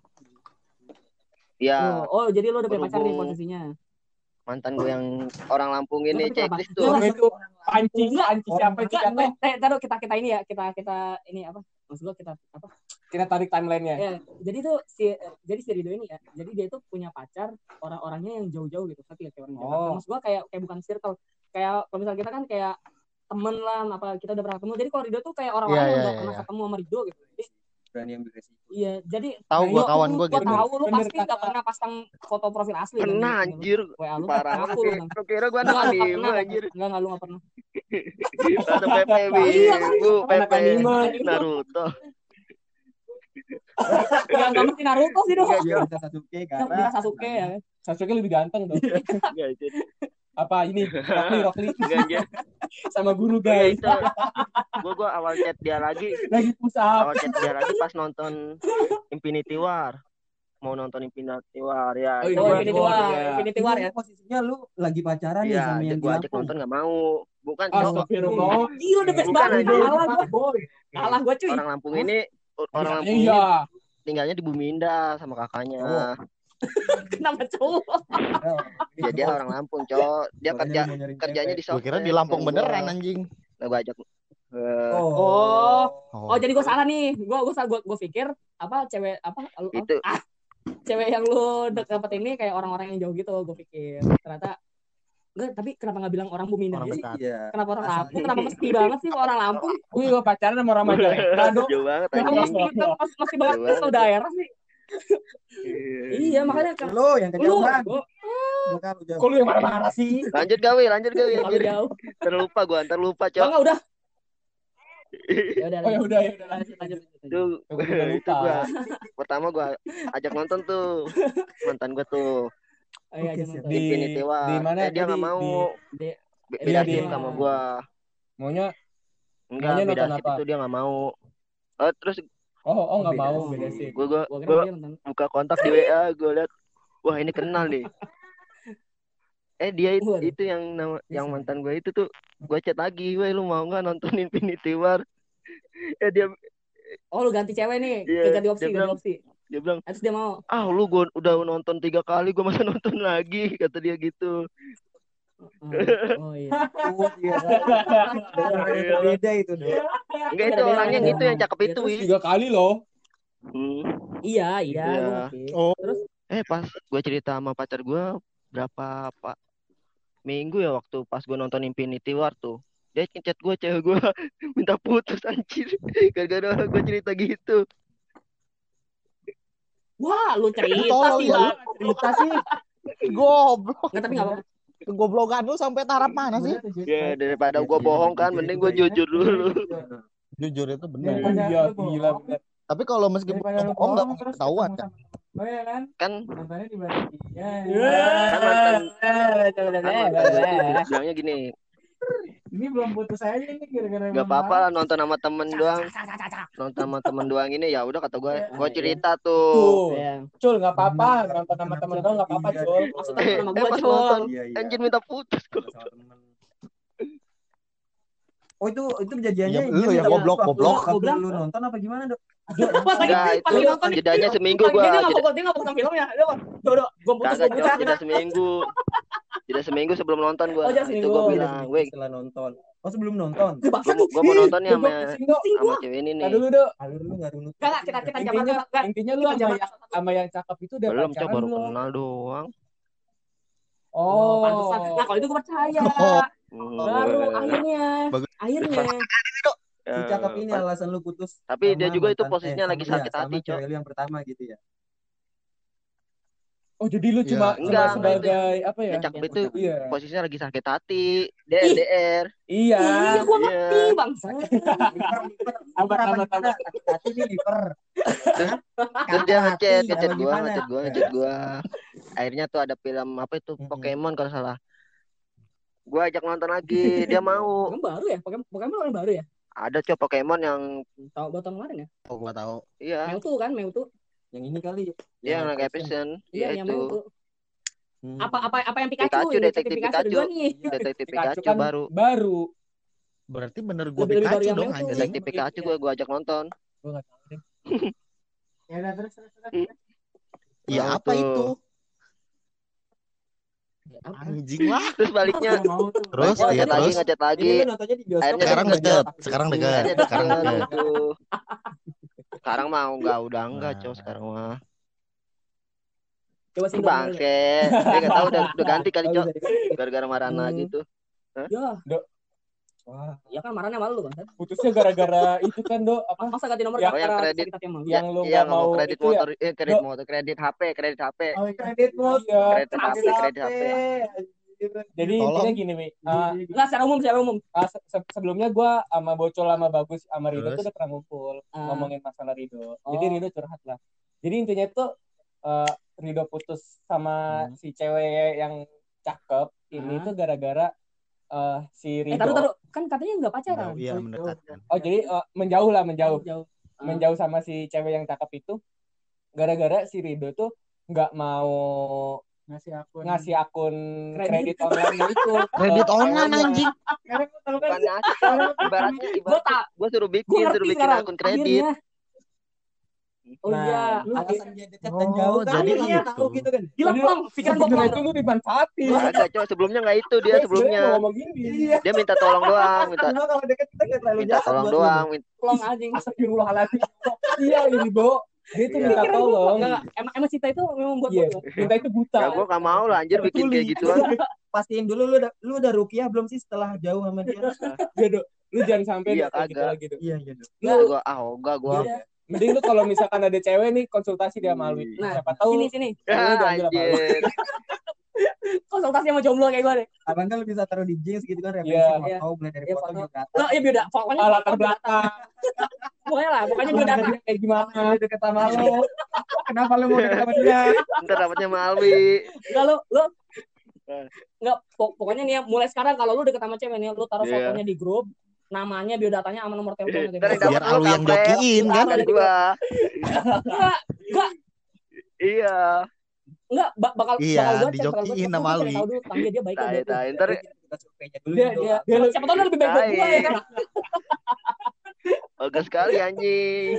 Ya, Oh, jadi lu udah punya pacar nih berhubung posisinya. mantan gue yang orang Lampung ini Lu kenapa? checklist tuh. Apa itu panci Enggak. siapa itu jatuh? Taruh kita ini ya, kita ini apa? Maksud gua kita apa? Kita tarik timelinenya. Ya, jadi tuh si Rido ini ya. Jadi dia tuh punya pacar orang-orangnya yang jauh-jauh gitu. Tapi kayak orang Jakarta. Oh. Maksud gua kayak bukan circle. Kayak kalau misal kita kan kayak temen lah, apa kita udah pernah ketemu. Jadi kalau Rido tuh kayak orang-orang Iya, yang iya, udah iya, pernah iya. ketemu sama Rido gitu. Jadi berani ambil resiko. Iya, jadi Tahu gua kawan gua gua gitu. tahu lu Bener pasti nggak pernah pasang foto profil asli. Pernah kan? anjir. WA lu Parah aku banget. lu. Lu kira gua Enggak, anak lu nggak anime pernah. anjir. Enggak, lu nggak pernah. Atau PP Iya kan? Wibu, Anak PP anime. Naruto. Enggak mesti Naruto sih dong. Iya, bisa Sasuke Bisa karena Sasuke ya. Sasuke lebih ganteng dong. Enggak anjir. Apa ini? Rockly. Enggak anjir. Sama guru Oh, iya, guys. itu. Gua awal chat dia lagi. Lagi push up. Awal chat dia lagi pas nonton Infinity War. Mau nonton Infinity War ya. Oh, itu Oh, gua- Infinity War, Infinity War ya. Posisinya lu lagi pacaran nih Iya, sama yang di gua ajak Lampung. nonton enggak mau. Bukan cowok. Astagfirullah. Gila udah best Bukan, banget. anjing. Kalah gua. Boy. Kalah gua cuy. Orang Lampung ini orang Lampung ini Iya. tinggalnya di Bumi Indah sama kakaknya. Oh. Kenapa cowok? Ya dia orang Lampung, cowok. Dia kerjanya di Gua kira software. di Lampung Kayak beneran gua. anjing. Nah, gua ajak. Oh. Oh. Oh, jadi gua salah nih. Gua pikir apa cewek apa lu- Itu. cewek yang lu dapet ini kayak orang-orang yang jauh gitu. Gua pikir ternyata enggak, tapi kenapa nggak bilang orang Bumi Indah Orang sih? dekat. Iya. Kenapa orang Lampung? Kenapa mesti banget sih orang Lampung? Gue juga pacaran sama orang Majalengka dong. Jauh banget Kenapa anjing. mesti banget Jauh ke daerah sih? Iya, makanya kan Lu yang lu kejauhan. gua Bukan lu jauh. Kok lu yang marah-marah sih? Lanjut gawe. terlalu anjir. jauh. Terlupa gua, ntar lupa, Oh, Cok. enggak udah. Ya udah. Oh ya udah ya udah. lanjut. Tuh, Gua udah itu lupa. gua pertama gua ajak nonton tuh mantan gua tuh Oh, iya, Oke, jangan siap. nonton. Infinity War. di mana Dia tadi? nggak mau. Di- Beda Iya, shift di- sama gua. Maunya Enggak, Maunya beda nonton shift apa? itu dia nggak mau. Oh, terus nggak Beda mau sih. beda sih. gua Gua kira dia nonton. buka kontak di WA, gua lihat wah ini kenal nih. Dia Waduh. itu yang mantan gua itu tuh gua chat lagi, "Weh, lu mau nggak nonton Infinity War?" Dia Oh, lu ganti cewek nih. Iya, Ganti opsi, dia bilang- ganti opsi. bilang, Terus dia mau. "Lu gua udah nonton 3 kali, gua masa nonton lagi," kata dia gitu. Oh iya. Oh, iya. Beda itu deh. Enggak, itu Beda-beda orangnya orangnya. gitu yang cakep Ya, itu, terus Wi. 3 kali loh. Iya, gua Iya. ngerti. Oh. Terus Pas gue cerita sama pacar gue berapa minggu ya waktu pas gue nonton Infinity War tuh, dia ngechat gue, cewek gue minta putus anjir gara-gara gue cerita gitu. wah, lu cerita Tolong sih, ya, Bang. cerita sih. Goblok. Enggak, tapi enggak apa-apa. Kegoblokan lu sampai taraf mana sih? Ya daripada gue bohong kan, mending gue jujur dulu. Jujur itu benar. Iya, gila bener. Tapi kalau meskipun lu bohong nggak mungkin ketahuan kan? Oh iya kan? Kan Nontonnya di Bali. Iya. Kan mantan gue bilangnya gini, Ini belum putus aja ini gara-gara nggak apa-apa lah nonton sama temen doang, nonton sama temen doang ini ya udah kata gue cerita tuh. Tuh. Iya. Cul nggak apa-apa nonton sama temen doang nggak apa-apa Cul. Maksudnya sama gua, Pas Cul. nonton Iya, iya. anjir minta putus kok. Sama temen. Oh itu kejadiannya Iya, dia lu yang minta goblok, waktu- goblok. waktu Goblok. lu nonton apa gimana, Dok? Pas lagi Enggak, itu nonton jedanya seminggu Dia gue. nggak fokus filmnya. Dia mau, gua putus, Kagak, gua Cok, putus. jeda seminggu. Jeda seminggu sebelum nonton gue. Oh, jeda Itu seminggu. gue Beda bilang, seminggu "Weh, setelah nonton. Oh sebelum nonton. gue mau nonton nih sama Pusing gua. cewek ini nih." Nah dulu Dok. Alur lu nggak runut. Enggak, kita jaman enggak. Intinya lu Kita sama jaman sama yang cakep itu udah Belum, Cok, pacaran baru belum? kenal doang. Oh. Pantesan. Nah, kalau itu gue percaya. Oh. Baru Bagus. akhirnya. Si cakep ini alasan lu putus. Tapi dia sama juga itu mantan- posisinya sama lagi dia, sakit sama hati, Cok. cewek lu yang pertama gitu ya. Oh jadi lu Iya. cuma Enggak, sebagai apa ya? Yang cakep itu Iya. posisinya lagi sakit hati. Dia LDR. Iya. Iya, gue Iya. ngerti, bangsa. Liver apa sakit hati nih liver. Terus dia ngechat Apa gua, gimana? ngechat gua. Akhirnya tuh ada film apa itu Pokemon kalau salah. Gua ajak nonton lagi, dia mau. Pokemon baru ya? Pokemon orang baru ya? Ada, Cok, Pokemon yang Tahun kemarin ya? Oh, gua tahu. iya, Mewtwo. Yang ini kali. yang naik episode. Iya, Iya yang itu. Mewtwo. Hmm. Apa yang Pikachu? Pikachu, Ini detektif Pikachu Pikachu. dua nih. Detektif Pikachu Pikachu kan baru. baru. Berarti bener gua Lebih baru Pikachu yang dong Mewtwo. anjing. Detektif Pikachu gua ajak nonton. Gua enggak tahu deh. Ya udah terus. Iya, Tahu apa tuh. itu? Apa? Anjing lah. Terus baliknya Mau tuh. Terus, ngechat iya lagi, terus. ngechat lagi. Ini lu nontonnya di bioskop. Akhirnya Sekarang kan? deket, sekarang deket. Akhirnya Sekarang deket deket. gitu. Sekarang mau udah enggak, Cok, sekarang mah. Coba sih Bangke. Dia enggak tahu udah ganti kali, Cok. Gara-gara marah Hmm. lagi tuh. Ya. Wah, Ya kan marahnya malu lu kan. putusnya gara-gara itu kan Do, apa? Masa ganti nomor Yang gara-gara kredit. sakit hati yang malu. Yang lu Iya, nggak mau kredit itu ya? motor, kredit HP. Oh, kredit motor. Iya. Kredit HP. Jadi Tolong. intinya gini, Mi. Enggak secara umum. Sebelumnya gue sama Bocol sama Bagus sama Rido Terus? tuh udah pernah ngumpul ngomongin masalah Rido. Jadi Oh. Rido curhat lah. Jadi intinya tuh Rido putus sama si cewek yang cakep ini tuh gara-gara si Rido. Taruh. Kan katanya enggak pacaran. Iya, mendekatkan. Oh, jadi menjauh. Jauh. Menjauh sama si cewek yang cakep itu gara-gara si Rido tuh nggak mau ngasih akun kredit online itu. Kredit online ceweknya. anjing. Karena lu tahu kan Bukan ngasih, ibaratnya gue suruh Gua bikin ngerti sekarang. akun kredit. Akhirnya. Oh Nah, iya, alasan dia dekat dan jauh kan jadi dia gitu. tahu gitu kan. gila Bang, pikiran gua sebenarnya Bang. itu lu dimanfaatin. Agak coy, sebelumnya nggak itu dia sebelumnya. Dia ngomong gini. Dia minta tolong doang, Karena kalau dekat kita nggak terlalu minta jahat tolong buat doang. Tolong anjing. Astagfirullahaladzim. Iya ini Bo. Dia tuh Iya. minta tolong. Enggak, emang cinta itu memang buat Iya. gua. Cinta itu buta. Ya gue gak mau lah anjir bikin kayak gituan. Pastiin dulu lu udah rukiah belum sih setelah jauh sama dia? Iya, Do. Lu jangan sampai Iya, kayak gitu kagak. lagi, Do. Iya Dok. Gue ogah gue. Iya. Mending lu kalau misalkan ada cewek nih konsultasi dia sama Alwi. Nah, Siapa tahu sini. ceweknya diambil sama Alwi. Anjir. Konsultasi sama jomblo kayak gua deh. Abang kan lu bisa taruh di jeans gitu kan Iya. referensi foto mulai dari Iya, foto foto. biodata. Lo iya beda. Pokoknya Latar belakang. pokoknya beda. Kayak gimana? Dia deket sama lu. Kenapa lu mau deket sama dia? Ntar dapetnya sama Alwi. Enggak lo enggak pokoknya nih ya, mulai sekarang kalau lu deket sama cewek nih lu taruh Iya. fotonya di grup, namanya, biodatanya sama nomor teleponnya Ntar yang gitu. dapet Biar lu Alwi yang kampret. dokiin kan. Bukan gua. Iya. Enggak bakal Iya, gua cek, dijokiin sama cari Alwi. tahu dulu tentang dia baik Tai enggak. tai. Ntar Kita surveinya dulu. Dia Siapa tahu dia lebih baik dari gua ya kan. ogah sekali anjing.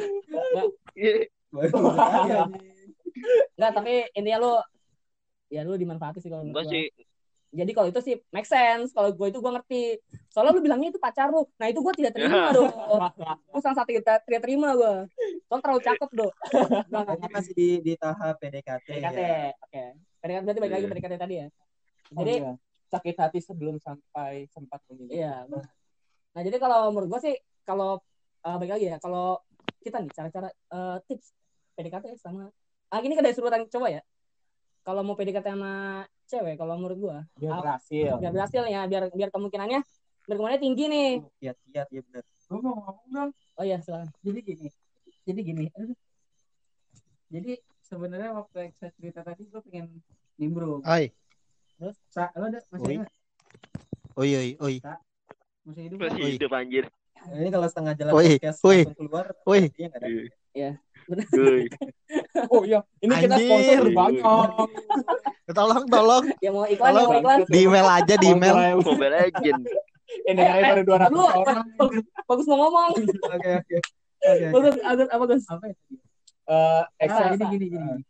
Enggak, tapi intinya lu dimanfaati sih kalau Enggak menurut gua. sih. Jadi kalau itu sih make sense. Kalau gue itu gue ngerti. Soalnya lu bilangnya itu pacar lu. Nah itu gue tidak terima dong. Gue sangat tidak terima gue. Soalnya terlalu cakep dong. Ini masih di tahap PDKT. PDKT. Ya. Oke. PDKT berarti balik lagi PDKT tadi ya. Jadi sakit hati sebelum sampai sempat memilih. iya. Nah jadi kalau menurut gue sih kalau balik lagi ya. Kalau kita nih cara-cara tips PDKT sama. Ini kan dari sudut coba ya. Kalau mau PDKT sama cewek, kalau menurut gua Biar berhasil. biar berhasil ya, biar kemungkinannya tinggi nih. Kiat-kiat ya benar. Gue mau ngomong dong. Oh iya, silakan. Jadi gini. Jadi sebenarnya waktu saya cerita tadi gue pengen nimbrung. Oi. Terus lo ada masih Oi. ada? Oi. Masih hidup? Masih Oi. hidup anjir. Ini kalau setengah jalan Woi, podcast woi. langsung keluar, Woi. dia nggak ada. Cuy. Oh iya, ini kita Anjir. sponsor udah banyak. Tolong. Ya mau iklan, Tolong. Di email aja, di email. Mobile Legend. Ini pada 200 Lu orang. bagus mau ngomong. Oke. Bagus apa Gus? Apa ya? Extra. Gini.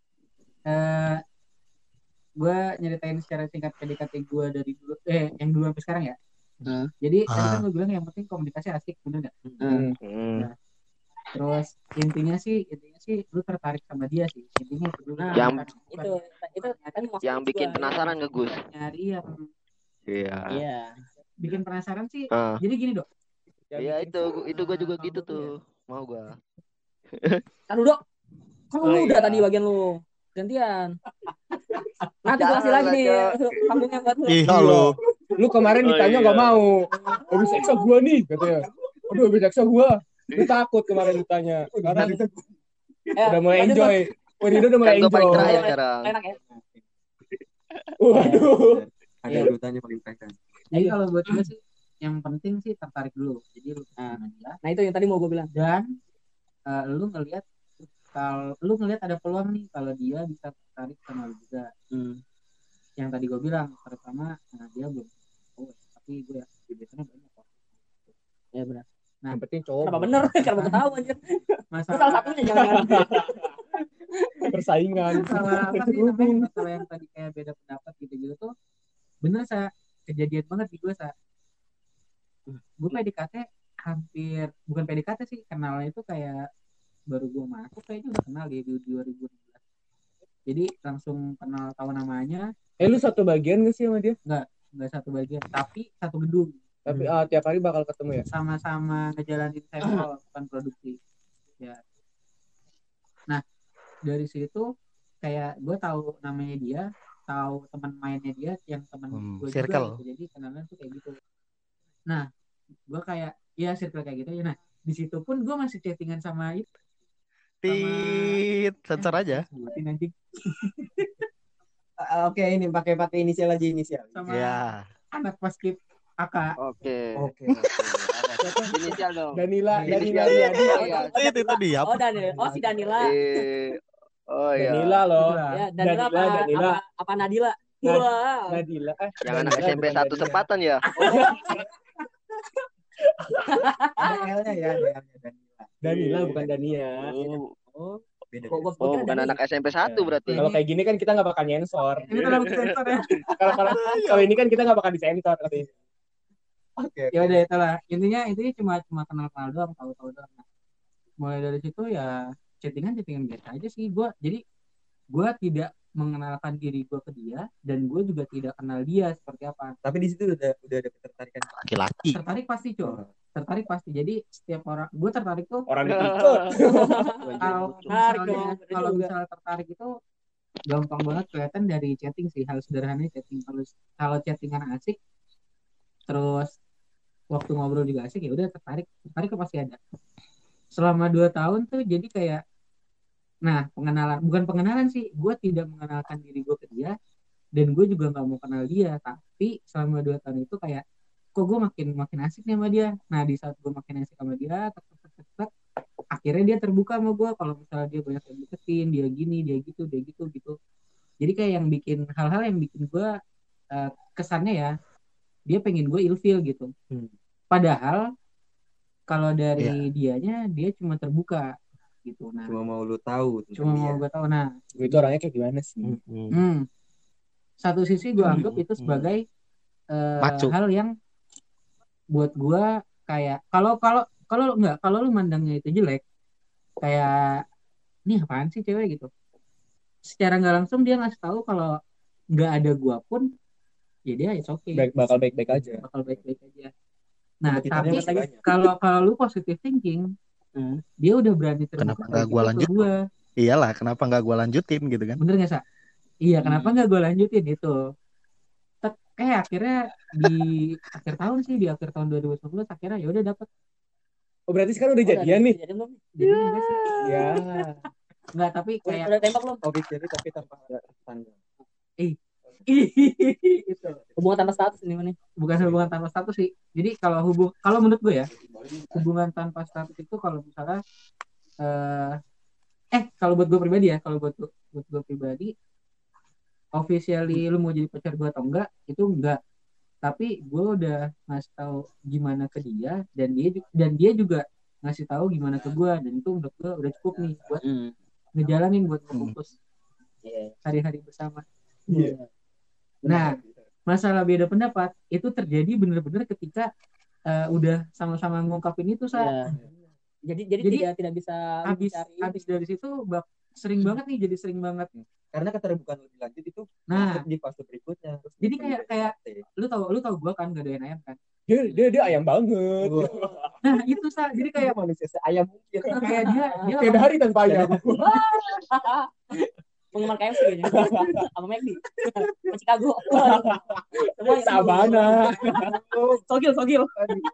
Gue nyeritain secara singkat PDKT gue dari dulu, yang dulu sampai sekarang ya. Jadi tadi kan gue bilang yang penting komunikasi asik, bener nggak? Terus intinya sih lu tertarik sama dia sih. Intinya itu dulu. Itu tadi maksud Yang bikin gua. penasaran ke Gus. Nyari yang Iya. Iya. bikin penasaran sih. Ah. Jadi gini Dok. Iya itu gue juga gitu tuh. Mau gue. Taruh Dok. Kan lu udah tadi bagian lu. Gantian. Nanti gue kasih lagi nih panggungnya buat lu. Ih, halo. Lu kemarin ditanya nggak mau. Habis eksa gua nih katanya. Aduh habis eksa gua. Lu takut kemarin ditanya. Sekarang udah mulai enjoy. Rido udah mulai Kan gue paling enjoy. terakhir sekarang. Enak ya. Waduh. Ada urutannya paling penting. Jadi kalau buat gue sih yang penting sih tertarik dulu. Jadi lu sama dia. Nah itu yang tadi mau gue bilang. Dan lu ngelihat kalau lu ngelihat ada peluang nih kalau dia bisa tertarik sama lu juga. Yang tadi gue bilang pertama dia belum tapi gue ya biasanya banyak kok. Ya benar. Nah, Yang penting cowok. Kenapa bener? Kenapa gue tahu anjir. masalah Salah satunya jangan. Persaingan. masalah apa sih namanya, masalah yang tadi kayak beda pendapat gitu tuh bener kejadian banget di gue gue PDKT hampir bukan PDKT sih, kenalnya itu kayak baru gue masuk kayaknya udah kenal di 2016. Jadi langsung kenal, tahu namanya. Lu satu bagian gak sih sama dia? Nggak satu bagian tapi satu gedung. Tapi tiap hari bakal ketemu ya. Sama-sama ngejalanin sampel bukan produksi. Ya. Nah, dari situ kayak gue tahu namanya dia, tahu teman mainnya dia yang teman gue juga gitu. Jadi kenalan tuh kayak gitu. Nah, gue kayak ya circle kayak gitu ya. Nah, di situ pun gue masih chattingan sama itu. Sensor aja. Sebutin anjing. Oke, ini pakai inisial aja inisial. Sama Ya. anak paskib AK. Oke. Inisial dong. Danila. Itu dia. Oh, Danila. Oh, si Danila. Oh iya. Danila loh. Ya, Danila. Apa Nadila? Wah. Nadila. Yang anak SMP satu sepatan ya. Ada L-nya ya, ada Danila. Danila bukan Dania. Oh, beda. Oh, bukan anak SMP 1 berarti. Kalau kayak gini kan kita nggak bakal nyensor. Ini terlalu sensor ya. Kalau ini kan kita nggak bakal disensor. Oke. Ya udah itulah. Intinya cuma kenal doang, tahu doang. Nah, mulai dari situ ya chattingan biasa aja sih. Jadi gue tidak mengenalkan diri gue ke dia dan gue juga tidak kenal dia seperti apa. Tapi di situ udah ada ketertarikan laki-laki. Tertarik pasti, Cok. Tertarik pasti. Jadi setiap orang gue tertarik tuh Orang ikut. kalau misalnya tertarik itu gampang banget kelihatan dari chatting sih. Hal sederhananya chatting. Kalau chattingan asik terus waktu ngobrol juga asik ya udah tertarik pasti ada. Selama 2 tahun tuh jadi kayak bukan pengenalan sih, gue tidak mengenalkan diri gue ke dia dan gue juga nggak mau kenal dia, tapi selama 2 tahun itu kayak kok gue makin asik nih sama dia. Nah di saat gue makin asik sama dia akhirnya dia terbuka sama gue kalau misalnya dia banyak yang deketin, dia gini, dia gitu jadi kayak hal-hal yang bikin gue kesannya ya dia pengen gue ilfeel gitu. Padahal kalau dari dianya dia cuma terbuka gitu. Nah, cuma mau lu tahu. Mau gue tahu. Nah, itu orangnya kayak gimana sih? Satu sisi gue anggap itu sebagai hal yang buat gue kayak kalau lu mandangnya itu jelek, kayak ini apaan sih cewek gitu. Secara nggak langsung dia ngasih tahu kalau nggak ada gue pun ya dia it's okay. Bakal baik-baik aja. Nah, tapi kalau lu positive thinking, dia udah berani terbuka. Kenapa nggak gue lanjutin? Iyalah, kenapa nggak gue lanjutin gitu kan? Bener nggak, Sa? Iya, kenapa nggak gue lanjutin itu? Akhirnya di akhir tahun 2019 akhirnya ya udah dapet. Oh berarti sekarang udah jadian nih? Jadian belum? Jadian sih. Ya. Nggak, tapi kayak udah tembak belum? Officially tapi tanpa tanda. Itu hubungan tanpa status ini mana? Bukan hubungan tanpa status sih. Jadi kalau menurut gue ya, hubungan tanpa status itu kalau misalnya kalau buat gue pribadi ya, officially lu mau jadi pacar gue atau enggak itu enggak. Tapi gue udah ngasih tahu gimana ke dia dan dia juga ngasih tahu gimana ke gue, dan itu menurut gue udah cukup nih buat ngejalanin buat fokus hari-hari bersama. Nah, masalah beda pendapat itu terjadi benar-benar ketika udah sama-sama ngungkapin itu Jadi tidak bisa habis dari situ sering banget karena keterbukaan lebih lanjut itu di fase berikutnya. Jadi kayak lu tahu gue kan gak doyan ayam kan. Dia ayam banget. Nah itu jadi kayak manusia ayam mungkin. Kayak dia tiap hari tanpa ayam. Penggemar KFC kayaknya. Apa McD? Chicago. Sabana. Sogil.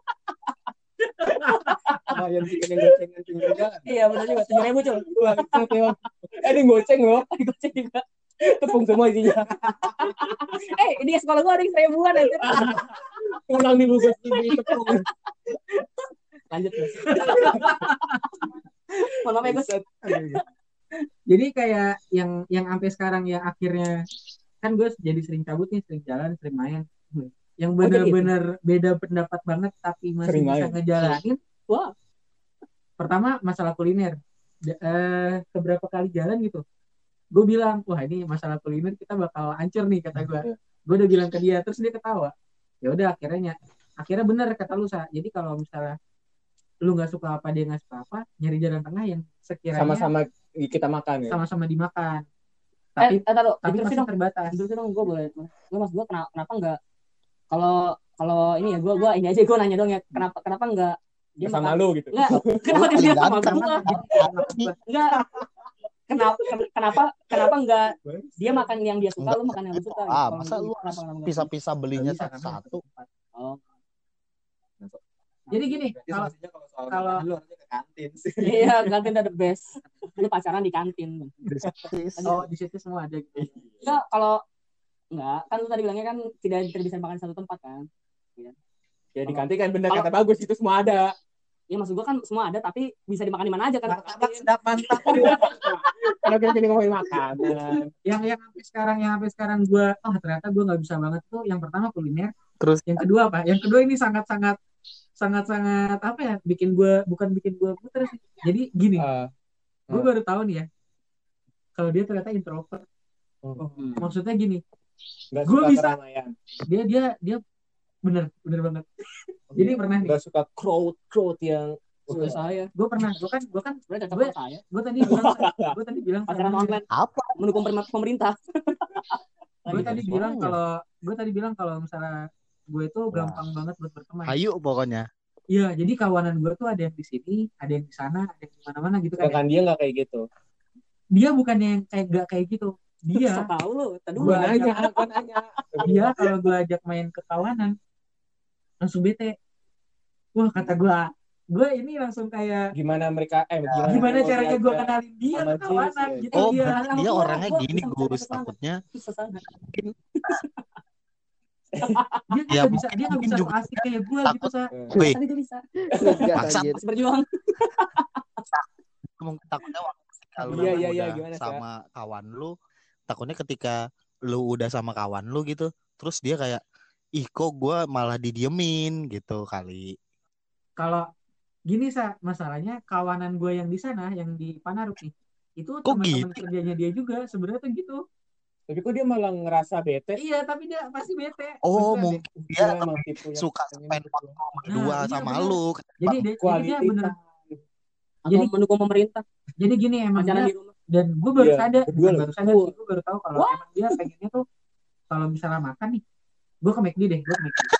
Ayam chicken yang gocengan tinggal jalan. Iya benar juga, 7.000 cuy. Ini goceng loh. Goceng juga. Tepung semua isinya. Di sekolah gua ada yang 1.000-an aja. Pulang dibungkus di tepung. Lanjut Gus. Mana Gus? Jadi kayak yang sampai sekarang yang akhirnya kan gue jadi sering cabut nih, sering jalan, sering main. Yang benar-benar beda pendapat banget tapi masih bisa ngejalanin. Wah. Pertama masalah kuliner. Keberapa kali jalan gitu. Gue bilang, wah ini masalah kuliner kita bakal hancur nih kata gue. Gue udah bilang ke dia, terus dia ketawa. Ya udah akhirnya benar kata lu Sa. Jadi kalau misalnya lu nggak suka apa dia nggak suka apa, nyari jalan tengah yang sekiranya sama-sama kita makan ya. Sama-sama dimakan. Tapi tapi masih terbatas. Itu dong gue boleh. Gue mas gue kenapa nggak kalau Kalau ini ya gue ini aja gue nanya dong ya, kenapa enggak dia sama makan lu gitu. enggak kenapa dia sama Ganteng. gue enggak kenapa enggak dia makan yang dia suka, lu makan yang lu suka gitu. Masa lu harus pisah-pisah belinya satu-satu? Oh. Jadi gini, kalau lu harusnya ke kantin sih. Iya, kantin the best. Lu pacaran di kantin. oh di situ semua ada gitu. Enggak, kalau enggak, kan lu tadi bilangnya kan tidak bisa makan di satu tempat kan. Iya. Ya di kantin kan bener kata bagus, itu semua ada. Ya maksud gua kan semua ada tapi bisa dimakan di mana aja kan. Martabak sedap mantap. Kalau kita jadi ngomongin makanan. Yang sampai sekarang gue ternyata gue nggak bisa banget tuh. Yang pertama kuliner. Terus yang kedua apa? Yang kedua ini sangat apa ya? Bikin gue puter sih. Jadi gini, gue baru tahu nih ya. Kalau dia ternyata introvert. Maksudnya gini. Gue bisa. Keramaian. Dia bener banget. Jadi pernah nih. Gak suka crowd yang Suka saya. Gue kan Sebenarnya cocok sama saya. gue tadi bilang Pacaran online apa? mendukung pemerintah. gue tadi bilang kalau misalnya gue itu gampang banget buat berteman. Hayu pokoknya. Iya, jadi kawanan gue tuh ada yang di sini, ada yang di sana, ada yang di mana-mana gitu kan. Sedangkan dia nggak kayak gitu. Dia bukannya yang gak kayak gitu. Dia So tahu lu, tadi Gue nanya. dia kalau gue ajak main ke kawanan langsung bete. Wah, kata gue ini langsung kayak gimana gimana caranya gue kenalin dia ke kawanan gitu. Oh, dia berarti dia orangnya gini, Gus. Takutnya dia nggak bisa so asik kayak gue gitu, Sa. Wih, tadi dia bisa. Maksa. Masih berjuang. Takutnya waktu kalau Iya, udah gimana, sama kawan lu, takutnya ketika lu udah sama kawan lu gitu, terus dia kayak, ih kok gue malah didiemin gitu kali. Kalau gini, Sa, masalahnya kawanan gue yang di sana, yang di Panaruk nih, itu Kok teman-teman gitu? kerjanya dia juga sebenarnya tuh gitu. Tapi kok dia malah ngerasa bete? Iya, tapi dia pasti bete. Oh, Beneran mungkin deh. dia emang tipe yang suka spend waktu berdua Nah, iya, sama bener. lu. Jadi dia bener. Atau mendukung pemerintah. Jadi gini emang Pacaran dia, di rumah. dan gue baru Iya, sadar, berdua gue baru tahu kalau emang dia pengennya tuh kalau misalnya makan nih, gue ke McD deh, gue ke McD.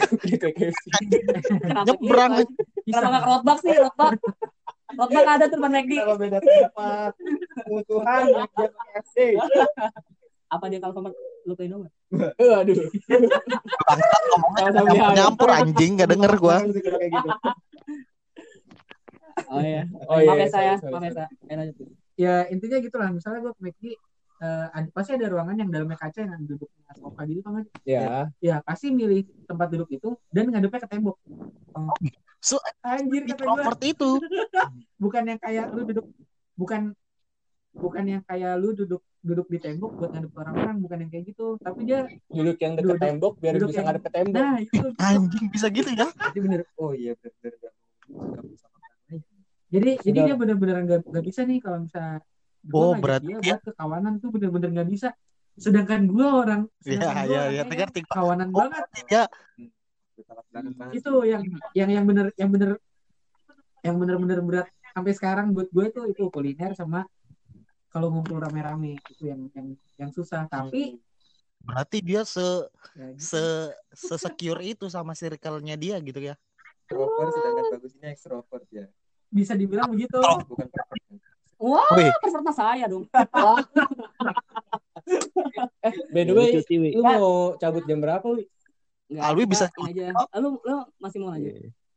Kenapa Nyebrang. gitu? Kenapa nggak ke Rotbak sih? Rotbak ada tuh teman McD. Kenapa beda tempat? Kebutuhan KFC. Apa dia kalau sama lu ke Indomaret? Aduh. Ngomongnya nyampur anjing, gak denger gue. Oh iya. Oh iya. Maaf ya saya. Sorry. Maaf ya saya. Lanjut. Ya intinya gitulah, misalnya gue ke McD, pasti ada ruangan yang dalamnya kaca yang duduknya sofa gitu kan. Ya pasti milih tempat duduk itu dan ngadepnya ke tembok. So, Anjir kata gue. introvert itu. Bukan yang kayak lu duduk, bukan yang kayak lu duduk di tembok buat ngadep ke orang-orang, bukan yang kayak gitu, tapi dia Duduk yang dekat tembok biar duduk bisa yang- ngadep ke tembok. nah itu Anjing bisa gitu ya? Jadi bener. Oh iya bener. jadi Sudah. dia bener-bener nggak bisa nih kalau misalnya Oh, ngajak berarti dia dia- buat ke kawanan tuh bener-bener nggak bisa. Sedangkan gue Iya, orangnya ngerti. kawanan Oh, banget. dia Itu yang bener-bener berat sampai sekarang buat gue itu kuliner sama kalau ngumpul rame-rame itu yang susah. Tapi berarti dia ya gitu. secure itu sama circle-nya dia gitu ya. Introvert sedangkan bagus ini ekstrovert ya. Bisa dibilang begitu. Bukan introvert. Wah, Wih. peserta saya dong. By the way, lu mau cabut jam berapa, Wi? Enggak, Alwi kita bisa ini aja. Lu masih mau lanjut?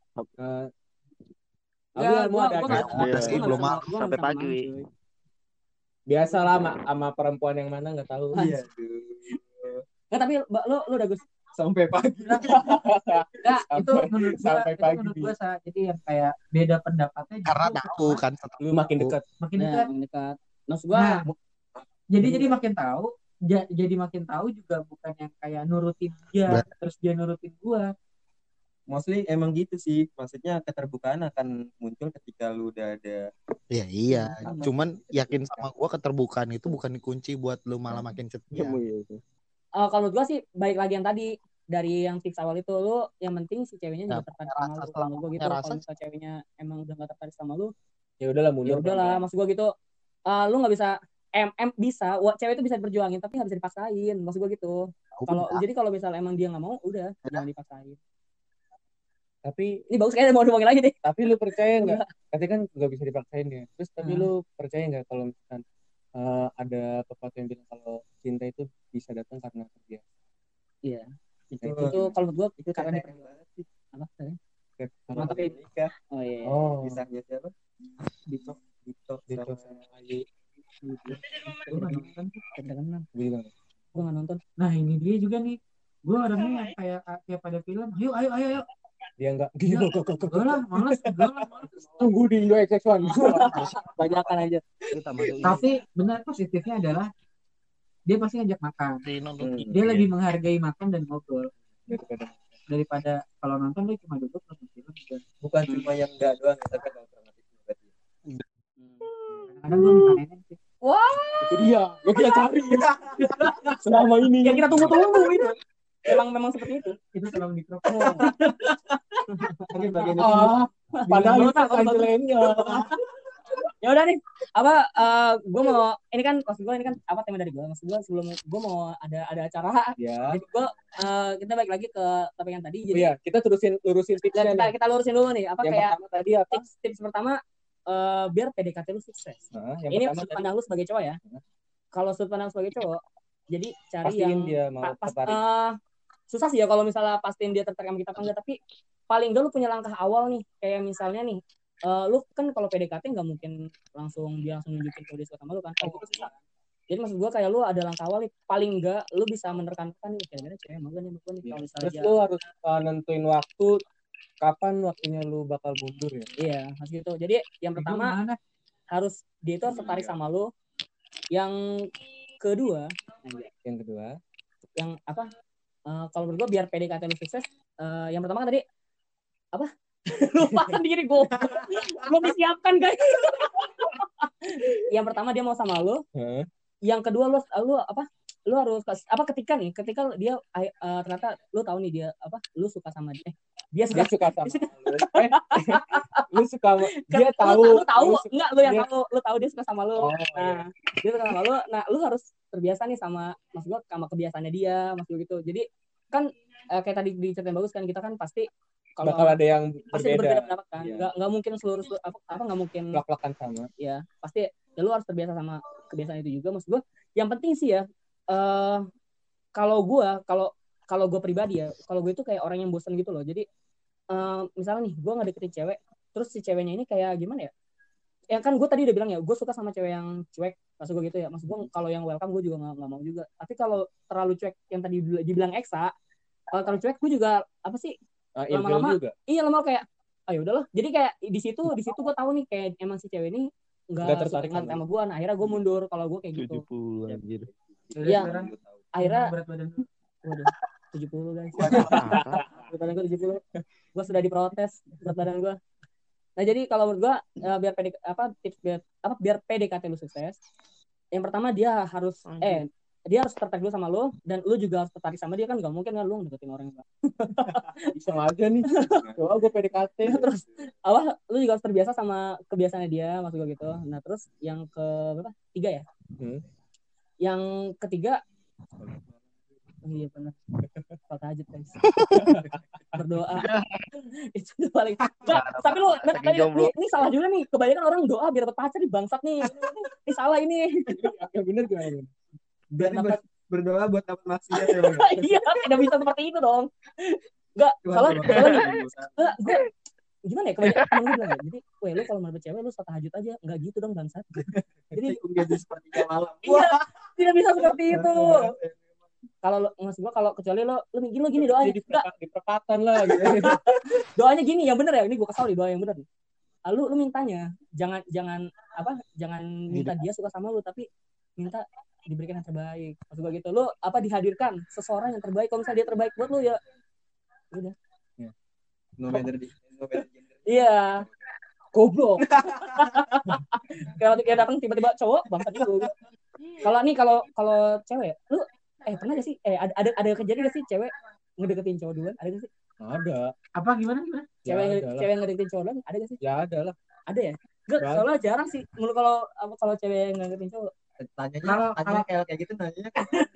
Alwi mau ada nggak- acara. Udah sih, gua belum nggak bisa- gua nggak sampai bisa pagi, kemana, Wi. cuy. Biasa lah sama perempuan yang mana nggak tahu. Iya. Nggak, tapi lu udah Gus. Sampai pagi. Nah, itu menurut sampai pagi. gua Sa. Jadi yang kayak beda pendapatnya karena justru tahu kan setelah Lu makin dekat. makin Nah, dekat. makin dekat. Maksud gua, Nah, jadi makin tahu, jadi makin tahu juga bukan yang kayak nurutin dia, terus dia nurutin gua. Mostly emang gitu sih. Maksudnya keterbukaan akan muncul ketika lu udah ada. Ya iya, cuman yakin sama gua keterbukaan itu bukan kunci buat lu malah makin setia. kalau menurut gua sih balik lagi yang tadi dari yang tips awal itu, lu yang penting si ceweknya juga tertarik sama lu. Kalau gua gitu, kalau misalnya ceweknya emang udah gak tertarik sama lu, Ya udahlah ya mundur. udahlah. Maksud gua gitu, lu nggak bisa bisa, cewek itu bisa diperjuangin tapi nggak bisa dipaksain, maksud gue gitu. Kalau misalnya emang dia nggak mau, udah jangan dipaksain. Tapi ini bagus kayaknya mau ngomongin lagi deh. Tapi lu percaya nggak? Katanya kan nggak bisa dipaksain ya. Terus tapi lu percaya nggak kalau misalkan ada pepatah yang bilang kalau cinta itu bisa datang karena kerja? Iya. Itu kalau menurut gue itu karena apa tadi? Mantap nikah. Oh iya. Kisahnya siapa? Dito sama Ayu. Gue nggak nonton tuh. Gue nggak nonton. Nah ini dia juga nih. Gue orangnya yang kayak pada film. Ayo. Dia enggak lah, malas. Tunggu di Indo XX1. Banyakan aja. Tapi benar positifnya adalah dia pasti ngajak makan. Dia lebih menghargai makan dan ngobrol daripada kalau nonton dia cuma duduk nonton film. Bukan cuma yang enggak doang, tapi kalau dramatis berarti. Kadang gue minta nenek sih. Wah, itu dia yang kita cari selama ini. Yang kita tunggu-tunggu itu. Memang seperti itu. Itu selalu mikrofon. Padahal itu lainnya. Ya udah nih, gue mau ini kan maksud gue ini kan apa tema dari gue, maksud gue sebelum gue mau ada acara, jadi gue kita balik lagi ke topik yang tadi. Jadi kita lurusin tipsnya. Kita lurusin dulu nih, yang kayak pertama tadi apa? Tips pertama biar PDKT lu sukses. Ini sudut pandang lu sebagai cowok ya. Kalau sudut pandang sebagai cowok, jadi cari pastiin yang dia mau tertarik. Susah sih ya kalau misalnya pastiin dia tertarik sama kita apa enggak, tapi paling enggak lu punya langkah awal nih, kayak misalnya nih. Lu kan kalau PDKT nggak mungkin dia langsung nunjukin kalau dia suka sama lu kan, itu susah. Jadi maksud gue kayak lu ada langkah awal nih, paling nggak lu bisa menerkankan nih kira-kira cewek mau gak nih kalau misalnya. Terus lu harus nentuin waktu kapan waktunya lu bakal mundur ya. Iya harus gitu. Jadi yang pertama harus dia itu harus tertarik sama lu. Yang kedua yang apa? Kalau menurut gue biar PDKT lu sukses, yang pertama kan tadi apa? Lupa sendiri gue belum disiapkan guys. Yang pertama dia mau sama lu. Yang kedua lu harus ketika dia ternyata lu tahu nih dia lu suka sama dia. Dia suka sama lu suka dia tahu lu tahu dia suka sama lu. Dia suka sama lu. Nah lu harus terbiasa nih sama maksud gue sama kebiasaannya dia, maksud gitu. Jadi kan kayak tadi diceritain bagus kan, kita kan pasti kalau bakal ada yang pasti berbeda pendapat kan, nggak mungkin seluruh nggak mungkin plak-plakan sama ya, pasti ya lu harus terbiasa sama kebiasaan itu juga. Maksud gue yang penting sih ya, kalau gue pribadi ya, kalau gue itu kayak orang yang bosan gitu loh. Jadi misalnya nih gue ngedeketin cewek, terus si ceweknya ini kayak gimana ya kan gue tadi udah bilang ya gue suka sama cewek yang cuek, maksud gue gitu ya. Maksud gue kalau yang welcome gue juga nggak mau juga, tapi kalau terlalu cuek yang tadi dibilang Eksa, kalau terlalu cuek gue juga apa sih lama-lama lama kayak ayo udahlah. Jadi kayak di situ gue tahu nih kayak emang si cewek ini nggak tertarik sama gue. Nah akhirnya gue mundur kalau gue kayak gitu. 70 anjir. Iya. Akhirnya berat badan 70 guys. Berat badan gue 70. Gue sudah diprotes berat badan gue. Nah jadi kalau menurut gue biar PDKT lu sukses, yang pertama dia harus tertarik dulu sama lu, dan lu juga harus tertarik sama dia. Kan nggak mungkin kan lu deketin orang yang bisa aja nih. Coba gue PDKT. Terus lu juga harus terbiasa sama kebiasaannya dia, maksud gue gitu. Nah terus yang ketiga ya. Yang ketiga, iya benar. Sholat tahajud guys. Berdoa. Itu paling. Tapi lu ini salah juga nih. Kebanyakan orang doa biar dapat pacar nih, bangsat nih. Ini salah ini. Ya benar gimana? Berarti berdoa buat dapat maksiat ya. Iya, tidak bisa seperti itu dong. Enggak, soalnya gue gimana ya, kebanyakan temen gue bilang ya, jadi lu kalau mau dapet cewek lu sholat tahajud aja. Enggak gitu dong bangsat. Jadi seperti malam. Iya, tidak bisa seperti itu. Kalau maksud gue kalau kecuali lo gini doanya di perempatan lah gitu. Doanya gini yang bener ya, ini gue kesal di doa yang bener nih. Lu mintanya jangan minta dia suka sama lu, tapi minta diberikan yang terbaik. Maksud gue gitu, lu dihadirkan seseorang yang terbaik. Kalau misalnya dia terbaik buat lu ya udah. No matter gender. Iya. Goblok. Kayak datang tiba-tiba cowok bangsat juga. Kalau cewek, lu pernah gak sih ada kejadian gak sih cewek ngedeketin cowok duluan? Ada gak sih? Ada. Apa gimana? Cewek ngedeketin cowok duluan ada gak sih? Ya ada lah. Ada ya? Enggak, soalnya jarang sih. Kalau cewek ngedeketin cowok. Tanyanya kayak gitu nanya.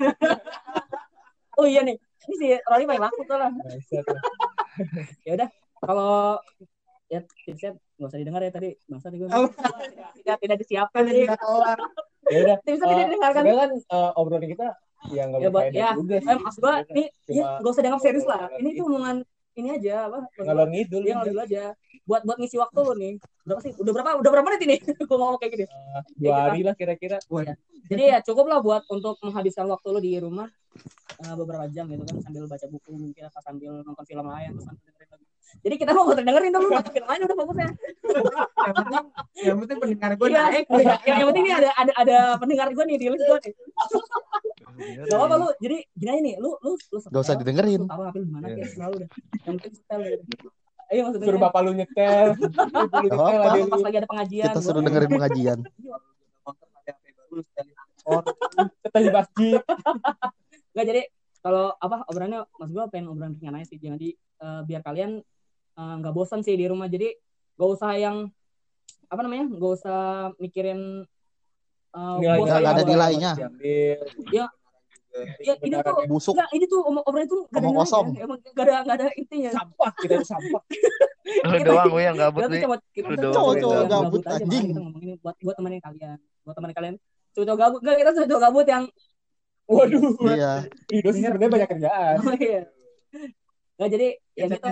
Oh iya nih, ini si Roni main laku tuh lah. Ya udah, kalau ya tipsnya nggak usah didengar ya tadi bangsa gue tidak disiapkan jadi ya udah tipsnya tidak didengarkan kan obrolan kita ya nggak berfaedah juga sih maksud gue nih nggak usah dianggap serius lah ini tuh omongan ini aja apa ngalor ngidul ya ngalor aja buat ngisi waktu lo nih berapa sih udah berapa menit ini gue ngomong kayak gini 2 hari lah kira-kira jadi ya cukup lah buat untuk menghabiskan waktu lo di rumah beberapa jam gitu kan sambil baca buku mungkin atau sambil nonton film lain atau sambil dengerin lagu. Jadi kita mau dengerin dulu nonton film lain udah fokusnya. yang penting pendengar gue naik. Yang penting ini ada pendengar gue nih di list gue nih. Gak apa lu jadi gini aja nih lu gak usah didengerin. Tahu apa gimana kayak selalu deh. Yang penting setel gitu. Ayo maksudnya suruh bapak lu nyetel. Pas lagi ada pengajian. Kita suruh dengerin pengajian. Setel di masjid. Nggak jadi kalau apa obrolannya mas gue pengen obrolan ringan aja sih jadi biar kalian nggak bosan sih di rumah jadi nggak usah yang apa namanya nggak usah mikirin nggak ada nilainya ya ini tuh busuk nggak ini tuh obrolan itu nggak ada kosong nggak ada intinya sampah kita itu sampah doang gue yang gabut nih cowok gabut anjing kita ngomongin buat temenin kalian cowok gabut nggak kita cowok gabut yang waduh, iya. Itu sih sebenarnya banyak kerjaan. Oh, iya. Nggak jadi ya gitu.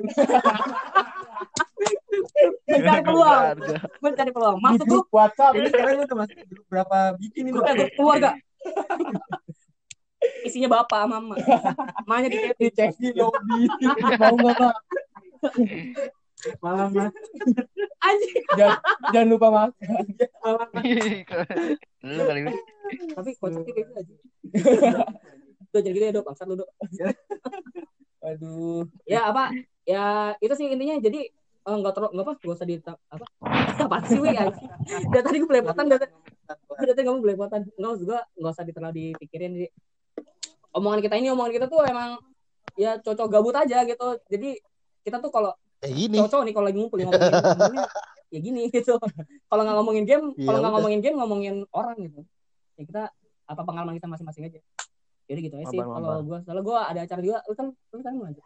mencari peluang. Masuk grup WhatsApp. Ini sekarang lu masuk grup berapa bikin ini? Grup keluarga. Isinya bapak, mama. Mamanya di cek di lobby. Mau nggak Pak? Malam mas. Anjing. Jangan lupa makan. Lu kali ini. Tapi konsepnya kayak gitu aja. Tuh jadi gitu ya dok, bangsat lu dok. Aduh. Ya apa? Ya itu sih intinya. Jadi nggak usah di apa sih wi? Dari tadi gue belepotan. Dari tadi kamu belepotan. Nggak usah terlalu dipikirin. Jadi, omongan kita tuh emang ya cocok gabut aja gitu. Jadi kita tuh kalau cocok nih kalau lagi ngumpul ngomongin ya gini gitu. Kalau nggak ngomongin game, ngomongin orang gitu. Ya kita apa pengalaman kita masing-masing aja. Jadi gitu aja sih. Kalau gue ada acara juga, lu kan mau lanjut?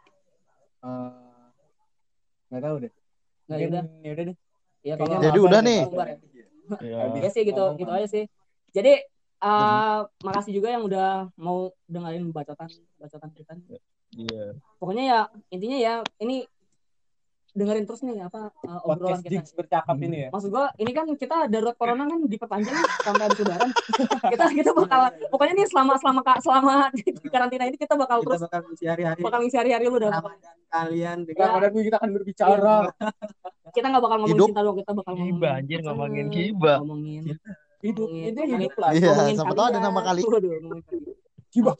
Nggak tahu deh. Ya udah deh. Ya kalau jadi udah nih. Ya sih gitu aja sih. Jadi makasih juga yang udah mau dengerin bacotan kita. Iya. Pokoknya ya intinya ya ini dengerin terus nih apa obrolan kita bercakap ini ya. Maksud gua ini kan kita darurat corona kan diperpanjang sampai habis lebaran. kita bakal pokoknya nih selama di karantina ini kita bakal ngisi hari-hari lu dalam kalian dengan kita akan berbicara. Kita enggak bakal ngomongin cinta doang, kita bakal ngomongin gibah. Ngomongin hidup lah. Iya, siapa tahu ada nama kali. Gibah.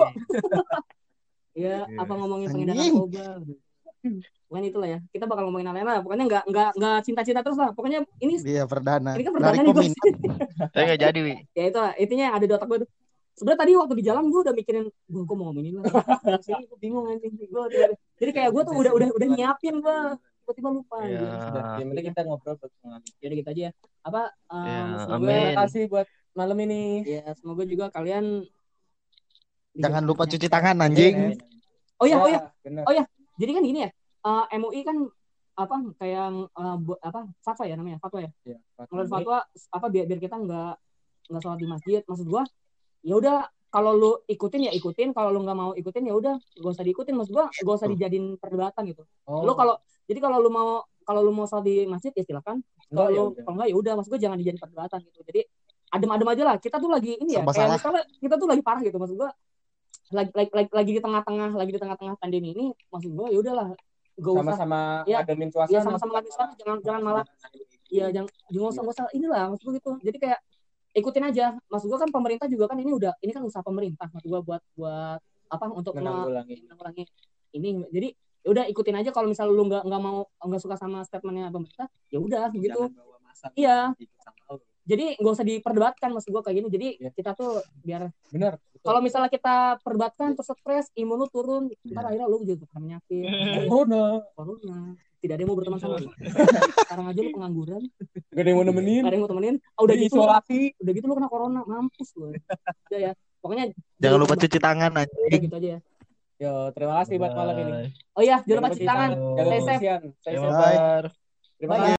Iya, apa ngomongin pengedar narkoba. Pokoknya itulah ya. Kita bakal ngomongin hal lain lah. Pokoknya enggak cinta-cinta terus lah. Pokoknya ini perdana. Ini kan perdana nih gue. Saya enggak jadi, Wi. Ya itu lah. Intinya ada di otak gue tuh. Sebenarnya tadi waktu di jalan gue udah mikirin, gue mau ngomongin lah. Sini gue bingung anjing. Jadi kayak gue tuh udah nyiapin gue. Tiba-tiba lupa. Ya. Yang penting kita ngobrol buat pengalaman. Jadi gitu aja ya. Apa? Semoga terima kasih buat malam ini. Ya semoga juga kalian jangan lupa cuci tangan anjing. Oh ya. Jadi kan gini ya. MUI kan apa kayak fatwa ya namanya fatwa ya. Iya. Fatwa apa biar kita nggak sholat di masjid. Maksud gua ya udah kalau lu ikutin ya ikutin, kalau lu nggak mau ikutin ya udah gak usah diikutin. Maksud gua gak usah dijadiin perdebatan gitu. Lu kalau lu mau sholat di masjid ya silakan. Kalau enggak ya udah. Maksud gua jangan dijadiin perdebatan gitu. Jadi adem-adem aja lah. Kita tuh lagi ini ya kayak misalnya kita tuh lagi parah gitu. Maksud gua lagi di tengah-tengah pandemi ini. Maksud gua ya udahlah. Sama-sama ngademin suasana. Iya, sama-sama ngademin suasana. Jangan malah ya jangan usah inilah maksud gue gitu. Jadi kayak ikutin aja. Maksud gue kan pemerintah juga kan ini kan usaha pemerintah maksud gue buat apa untuk menanggulangi ini. Jadi ya udah ikutin aja kalau misalnya lu enggak suka sama statementnya pemerintah, ya udah gitu. Iya. Jadi nggak usah diperdebatkan maksud gue kayak gini. Jadi kita tuh biar benar. Kalau misalnya kita perdebatkan terus stres, imun lu turun, ntar akhirnya lu juga kena penyakit. Corona. Tidak ada yang mau berteman sama lu. Sekarang aja lu pengangguran. Gak ada yang mau nemenin. Gak ada yang mau temenin. Udah gitu isolasi. Udah gitu lu kena corona, mampus lu. Udah ya. Pokoknya jangan lupa cuci tangan udah anjing. gitu aja ya. Yo, terima kasih buat malam ini. Oh iya, jangan lupa cuci tangan. Jaga Stay safe. kebersihan. Stay safe. Bye. Terima kasih.